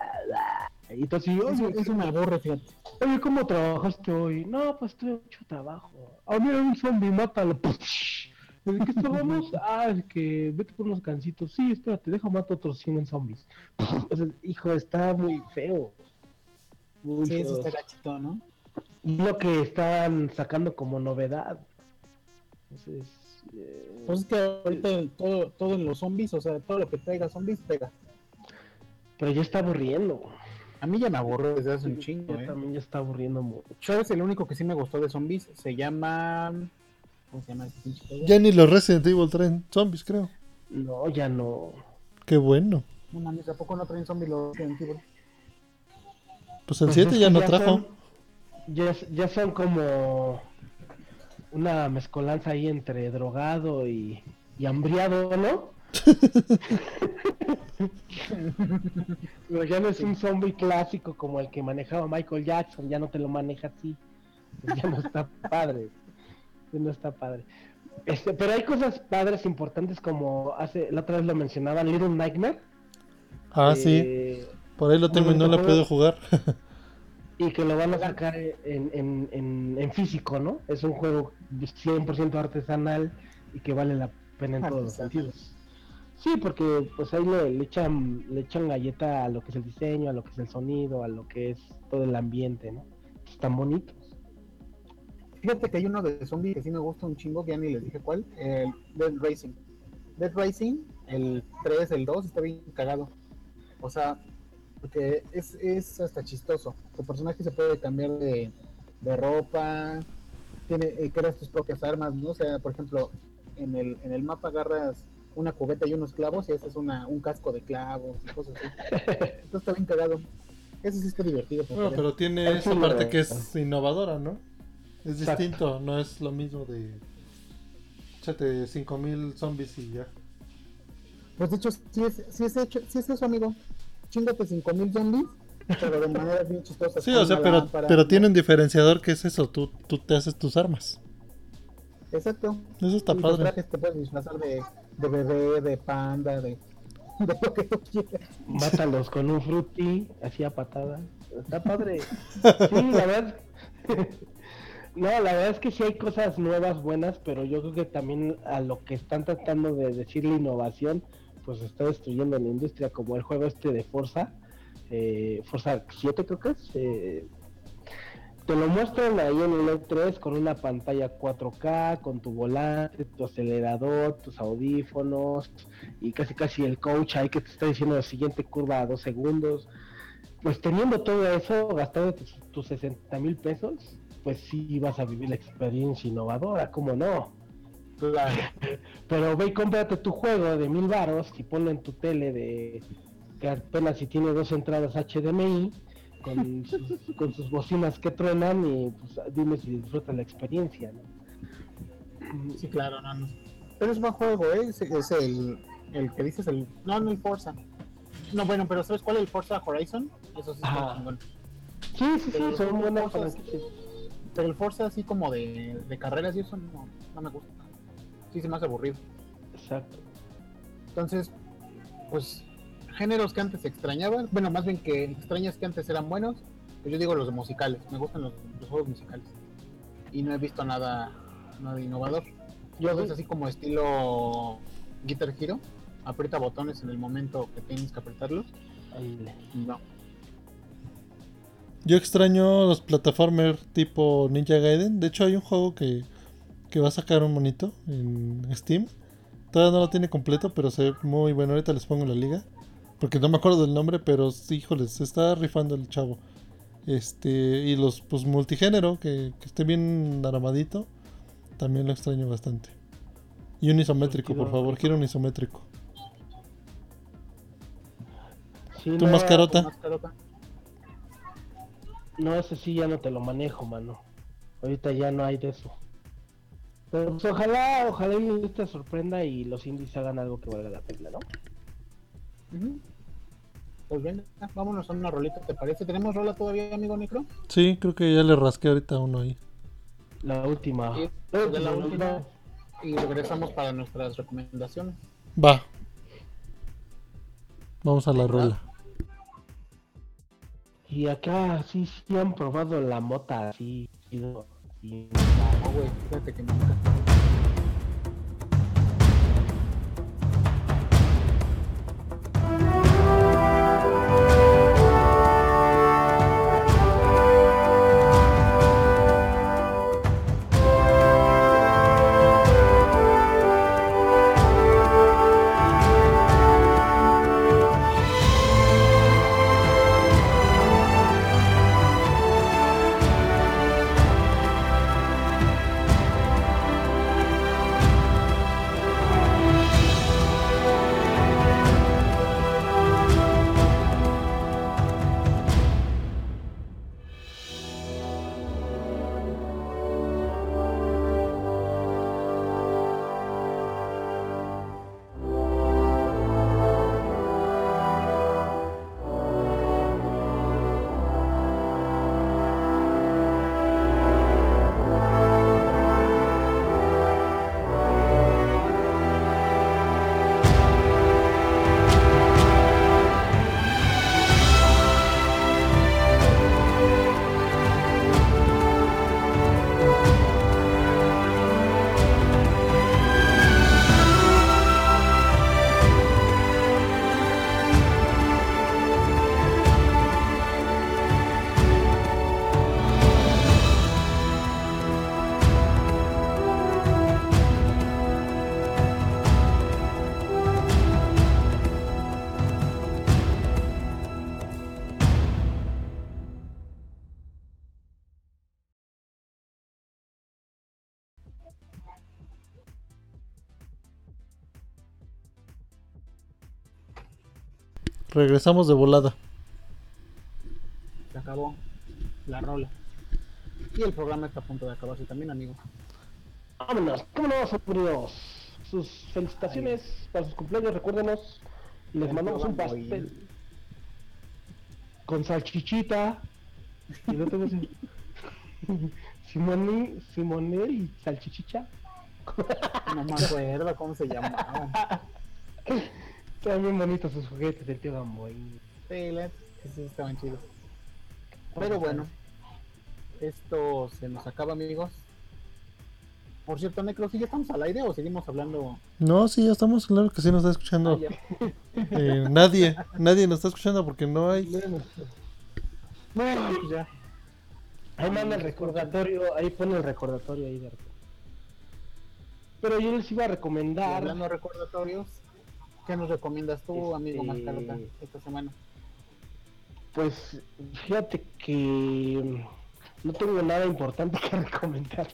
Y entonces, Eso, oye, eso me aburre, fíjate. oye, ¿cómo trabajaste hoy? No, pues tuve mucho trabajo. Ah, mira, un zombie, mátalo. ¿De qué estábamos? Ah, es que vete por unos gancitos. Sí, espérate, deja mato otros cien zombies. O sea, hijo, está muy feo. Muy Sí, eso feo. está gachito, ¿no? Y lo que están sacando como novedad. Entonces, eh, Pues es que ahorita todo, todo en los zombies, o sea, todo lo que traiga zombies pega. pero ya está aburriendo. A mí ya me aburrió desde hace un Ya chingo, ¿eh? también ya está aburriendo mucho. ¿Sabes? El único que sí me gustó de zombies se llama... ¿Cómo se llama ese pinche juego? Ya ni los Resident Evil traen zombies, creo. No, ya no. Qué bueno. No mames, ¿a poco no traen zombies los Resident Evil? Pues el Pues siete es ya que no ya trajo. son- ya, es- ya son como una mezcolanza ahí entre drogado y, y hambriado, ¿no? Pero ya no es un zombie clásico como el que manejaba Michael Jackson, ya no te lo maneja así. Pues ya no está padre. Ya no está padre. Este, pero hay cosas padres importantes como hace, la otra vez lo mencionaba, Little Nightmare. Ah, sí. eh, Por ahí lo muy tengo y no bonito lo juego, puedo jugar. y que lo van a sacar en, en, en, en físico, ¿no? Es un juego cien por ciento artesanal y que vale la pena en todos los Artesanal. sentidos. Sí, porque pues ahí le, le echan le echan galleta a lo que es el diseño, a lo que es el sonido, a lo que es todo el ambiente, ¿no? Están bonitos. Fíjate que hay uno de zombies que sí me gusta un chingo, que ya ni les dije cuál, el Dead Racing. Dead Racing, el tres, el dos, está bien cagado. O sea, porque es, es hasta chistoso. Tu personaje se puede cambiar de, de ropa, tiene, eh, creas tus propias armas, ¿no? O sea, por ejemplo, en el, en el mapa agarras una cubeta y unos clavos y haces una, un casco de clavos y cosas así. Entonces está bien cagado. Eso sí está divertido. Bueno, pero tiene Ahí sí esa lo- parte que es innovadora, ¿no? Es Exacto. distinto, no es lo mismo de... Échate cinco mil zombies y ya. Pues de hecho, sí es, sí es, hecho, sí es eso, amigo. Chingate cinco mil zombies, pero de manera bien chistosa. Sí, con o sea, una pero, lámpara, pero ¿no? tiene un diferenciador que es eso, tú, tú te haces tus armas. Exacto. Eso está Y tus padre. trajes te puedes disfrazar de, de bebé, de panda, de, de lo que tú quieras. Mátalos con un frutti, así a patada. Está padre. Sí, la verdad. No, la verdad es que sí hay cosas nuevas, buenas, pero yo creo que también a lo que están tratando de decirle innovación, pues está destruyendo la industria, como el juego este de Forza, eh, Forza siete creo que es. Eh, te lo muestran ahí en el E tres con una pantalla cuatro K, con tu volante, tu acelerador, tus audífonos y casi casi el coach ahí que te está diciendo la siguiente curva a dos segundos. Pues teniendo todo eso, gastando tus, tus sesenta mil pesos, pues sí vas a vivir la experiencia innovadora, ¿cómo no? Claro. Pero ve y cómprate tu juego de mil varos y ponlo en tu tele de que apenas si tiene dos entradas H D M I con sus, con sus bocinas que truenan y pues dime si disfrutas la experiencia, ¿no? Sí, claro, no, no. Pero es buen juego, ¿eh? Es, es el, el que dices, el. No, no el Forza. No, bueno, pero ¿sabes cuál es el Forza Horizon? Eso sí está Ajá. chingón. Sí, sí, Pero sí, los son otros buenas Forzas- franquicias. Pero el Forza así como de, de carreras y eso no, no me gusta. Sí, se me hace aburrido. Exacto. Entonces, pues, géneros que antes se extrañaban, bueno, más bien que extrañas que antes eran buenos, pues yo digo los de musicales, me gustan los, los juegos musicales. Y no he visto nada, nada innovador. Yo es así como estilo Guitar Hero, aprieta botones en el momento que tienes que apretarlos. Ahí le- No. Yo extraño los plataformer tipo Ninja Gaiden. De hecho hay un juego que, que va a sacar un monito en Steam. Todavía no lo tiene completo, pero se ve muy bueno. Ahorita les pongo la liga. Porque no me acuerdo del nombre, pero sí, híjoles, se está rifando el chavo. Este, y los pues multigénero, que, que esté bien armadito. También lo extraño bastante. Y un isométrico, por favor, quiero un isométrico. Sí, ¿Tú, no, Mascarota? Más carota. no, ese sí ya no te lo manejo, mano. Ahorita ya no hay de eso. Pero pues, ojalá, ojalá y te sorprenda y los indies hagan algo que valga la pena, ¿no? Ujú. Pues venga, vámonos a una rolita, ¿te parece? ¿Tenemos rola todavía, amigo Necro? Sí, creo que ya le rasqué ahorita uno ahí. La última. Sí, Eh, de la pues, última. no. Y regresamos para nuestras recomendaciones. Va. Vamos a la Venga. rola. Y acá sí, sí han probado la mota así. chido, y- No, güey, fíjate que nunca. regresamos de volada. Se acabó la rola. Y el programa está a punto de acabarse también, amigo. Vámonos, vámonos, sobrinos. Sus felicitaciones para sus cumpleaños, recuérdenos. Les El mandamos un programa pastel hoy. con salchichita. Y no tengo ese- Simone, Simonel y salchichicha. No me acuerdo cómo se llamaba. Están bien bonitos sus juguetes del tío Gamboy. Sí, la- sí, sí, estaban chidos. Pero bueno, esto se nos acaba, amigos. Por cierto, Necro, ¿sí ya estamos al aire o seguimos hablando? No, sí, ya estamos, claro que sí nos está escuchando. Ah, ya. Eh, nadie, nadie nos está escuchando porque no hay. Bueno, pues ya. Ahí manda el recordatorio, ahí pone el recordatorio ahí de Pero yo les iba a Y recomendar. hablando de recordatorios, ¿qué nos recomiendas tú, Este- amigo Mascarota, esta semana? Pues fíjate que no tengo nada importante que recomendar.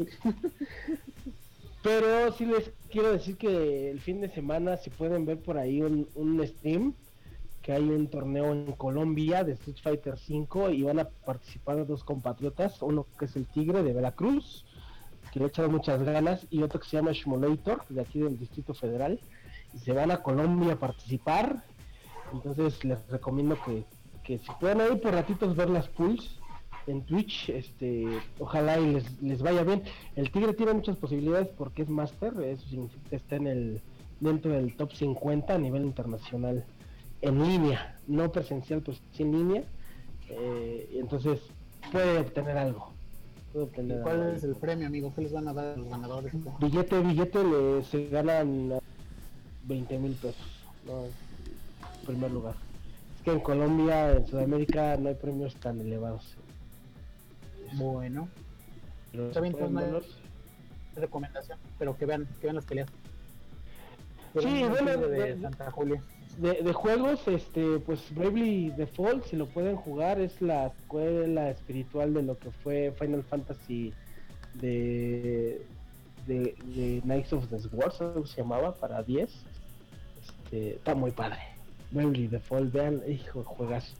Pero sí les quiero decir que el fin de semana, si pueden ver por ahí un, un stream, que hay un torneo en Colombia de Street Fighter cinco y van a participar dos compatriotas, uno que es el Tigre de Veracruz, que le ha echado muchas ganas, y otro que se llama Shmolator, de aquí del Distrito Federal, y se van a Colombia a participar. Entonces les recomiendo que, que si pueden ahí por ratitos ver las pools en Twitch, este, ojalá y les, les vaya bien. El Tigre tiene muchas posibilidades porque es Master, eso significa que está en el, dentro del top cincuenta a nivel internacional, en línea, no presencial, pues sí en línea, eh, entonces puede obtener algo. Puede ¿Y obtener cuál algo. es el premio, amigo? ¿Qué les van a dar a los ganadores? Billete, billete, le, se ganan veinte mil pesos, ¿no? En primer lugar. Es que en Colombia, en Sudamérica, no hay premios tan elevados. Bueno, Pero está bien, pueden entonces no hay verlos. recomendación, pero que vean, que vean las peleas. Que Sí, vean el bueno, Tigre de de- Santa Julia. De, de juegos, este, pues Bravely Default, si lo pueden jugar, es la escuela espiritual de lo que fue Final Fantasy de, de, de Knights of the Swords, algo se llamaba, para diez. Este, está muy padre. Bravely Default, vean, hijo, juegas.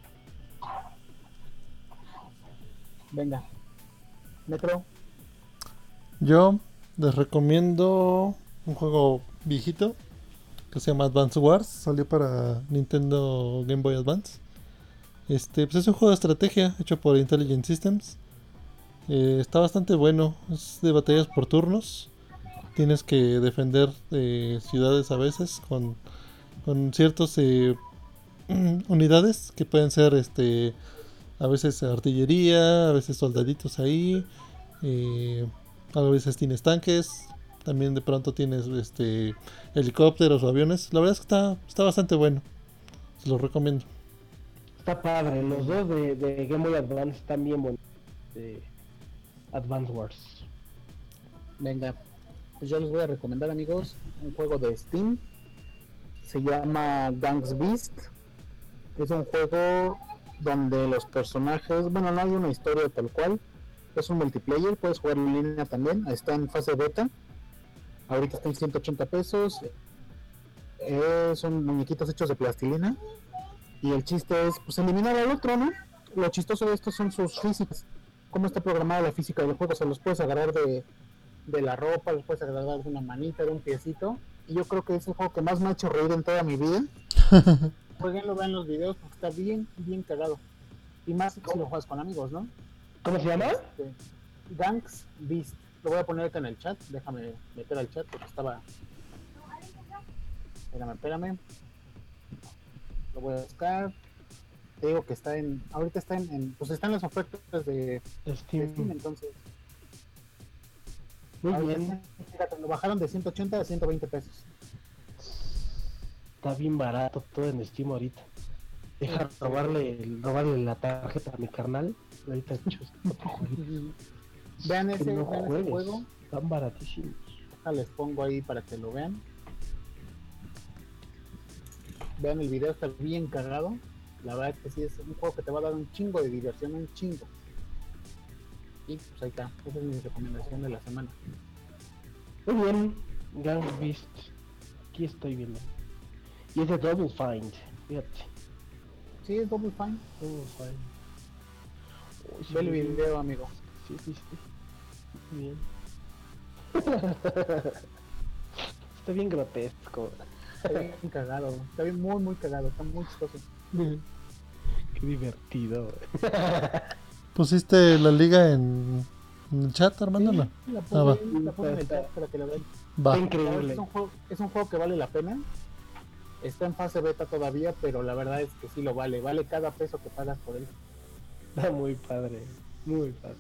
Venga, Metro. Yo les recomiendo un juego viejito que se llama Advance Wars, salió para Nintendo Game Boy Advance. Este, pues es un juego de estrategia hecho por Intelligent Systems. Eh, está bastante bueno, es de batallas por turnos. Tienes que defender eh, ciudades a veces con, con ciertos eh, unidades que pueden ser este a veces artillería, a veces soldaditos ahí, eh, a veces tienes tanques, también de pronto tienes este helicópteros o aviones. La verdad es que está, está bastante bueno, se los recomiendo. Está padre, los dos de, de Game Boy Advance están bien buenos. De Advance Wars. Venga, pues yo les voy a recomendar, amigos, un juego de Steam. Se llama Gangs Beast. Es un juego donde los personajes, bueno, no hay una historia tal cual. Es un multiplayer, puedes jugar en línea también. Está en fase beta. Ahorita está en ciento ochenta pesos. Eh, son muñequitos hechos de plastilina. Y el chiste es, pues, eliminar al otro, ¿no? Lo chistoso de esto son sus físicas. Cómo está programada la física del juego. O sea, los puedes agarrar de, de la ropa, los puedes agarrar de una manita, de un piecito. Y yo creo que es el juego que más me ha hecho reír en toda mi vida. Jueguenlo, vean los videos porque está bien, bien cagado. Y más si lo juegas con amigos, ¿no? ¿Cómo se llama? Este, Gangs Beast. Lo voy a poner acá en el chat. Déjame meter al chat porque estaba. Espérame, espérame. Lo voy a buscar. Te digo que está en. Ahorita está en. en pues están las ofertas de, de Steam. Steam, entonces. Muy ahorita bien. está- fíjate, lo bajaron de ciento ochenta a ciento veinte pesos. Está bien barato todo en Steam ahorita. Deja robarle, robarle la tarjeta a mi carnal. Ahorita chus, otro jueguito. Vean Que ese, no vean ese juegues. juego. Están baratísimos. Deja, les pongo ahí para que lo vean. Vean el video, está bien cargado. La verdad es que sí es un juego que te va a dar un chingo de diversión, un chingo. Y pues ahí está, esa es mi recomendación de la semana. Muy bien. Gang Beast. Aquí estoy viendo. Y es de Double Find. Fíjate. Sí, es Double Fine. Double Fine. Uy, sí, Ve el sí, video, amigo. Sí, sí, sí. Bien. Está bien grotesco. Está bien cagado. Está bien muy, muy cagado. Está muy chistoso. Qué divertido. ¿Pusiste la liga en, en el chat, Armando? Sí, no. la Ah, va. puse, la puse en el chat para que la vean. Va. Está increíble. Es un, juego, es un juego que vale la pena. Está en fase beta todavía, pero la verdad es que sí lo vale. Vale cada peso que pagas por él. Está muy padre. Muy padre.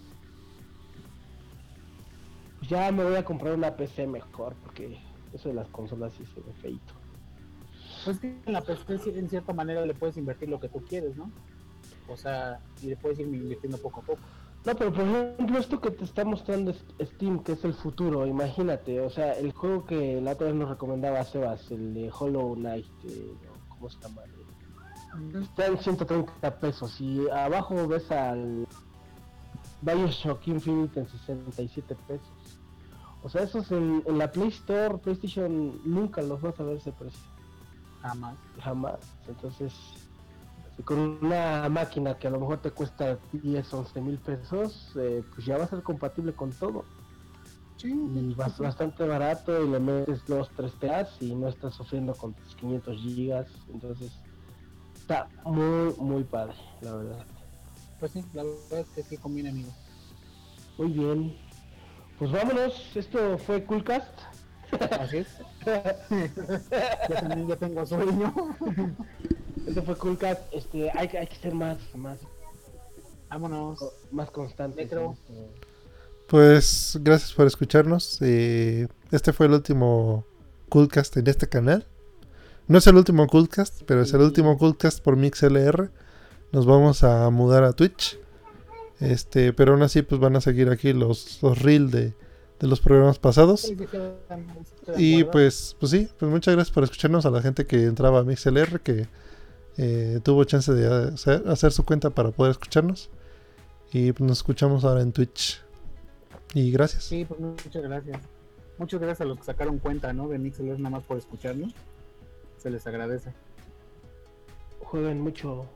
Pues ya me voy a comprar una P C mejor porque eso de las consolas sí se ve feito. Pues que en la P C sí, en cierta manera le puedes invertir lo que tú quieres, ¿no? O sea, y le puedes ir invirtiendo poco a poco. No, pero por ejemplo esto que te está mostrando Steam, que es el futuro, imagínate, o sea, el juego que la otra vez nos recomendaba Sebas, el de Hollow Knight, eh, ¿cómo se llama? Está en ciento treinta pesos y abajo ves al Bioshock Infinite en sesenta y siete pesos. O sea, esos en, en la Play Store, PlayStation, nunca los vas a ver ese precio. Jamás. Jamás. Entonces, con una máquina que a lo mejor te cuesta diez, once mil pesos, eh, pues ya va a ser compatible con todo. Sí, Y vas bastante barato y le metes dos, tres teras y no estás sufriendo con tus quinientos gigas. Entonces, está muy, muy padre, la verdad. pues sí, la verdad es que sí conviene, amigo. Muy bien. Pues vámonos, esto fue Coolcast. Así es. Yo también ya tengo sueño. Esto fue Coolcast. Este, hay, hay que ser más, más, Vámonos. más constantes. Necro. en esto. Pues gracias por escucharnos. Eh, este fue el último Coolcast en este canal. No es el último Coolcast, pero es el último Coolcast por MixLR. Nos vamos a mudar a Twitch. Este, pero aún así pues van a seguir aquí los, los reels de, de los programas pasados. Y pues, pues sí, pues muchas gracias por escucharnos, a la gente que entraba a MixLR, que eh, tuvo chance de hacer, hacer su cuenta para poder escucharnos. Y pues nos escuchamos ahora en Twitch. Y gracias. Sí, pues muchas gracias. Muchas gracias a los que sacaron cuenta, ¿no? De MixLR nada más por escucharnos. Se les agradece. Jueguen mucho.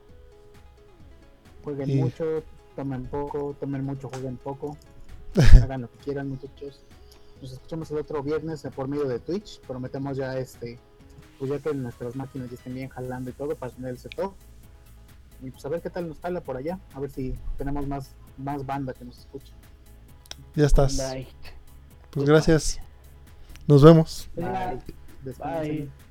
Jueguen Y- mucho, tomen poco, tomen mucho, jueguen poco. Hagan lo que quieran, muchachos. Nos escuchamos el otro viernes por medio de Twitch. Prometemos ya este, pues ya que nuestras máquinas ya estén bien jalando y todo para tener el setup. Y pues a ver qué tal nos jala por allá. A ver si tenemos más, más banda que nos escuche. Ya estás. Night. Pues gracias. Nos vemos. Bye. Descansen. Bye.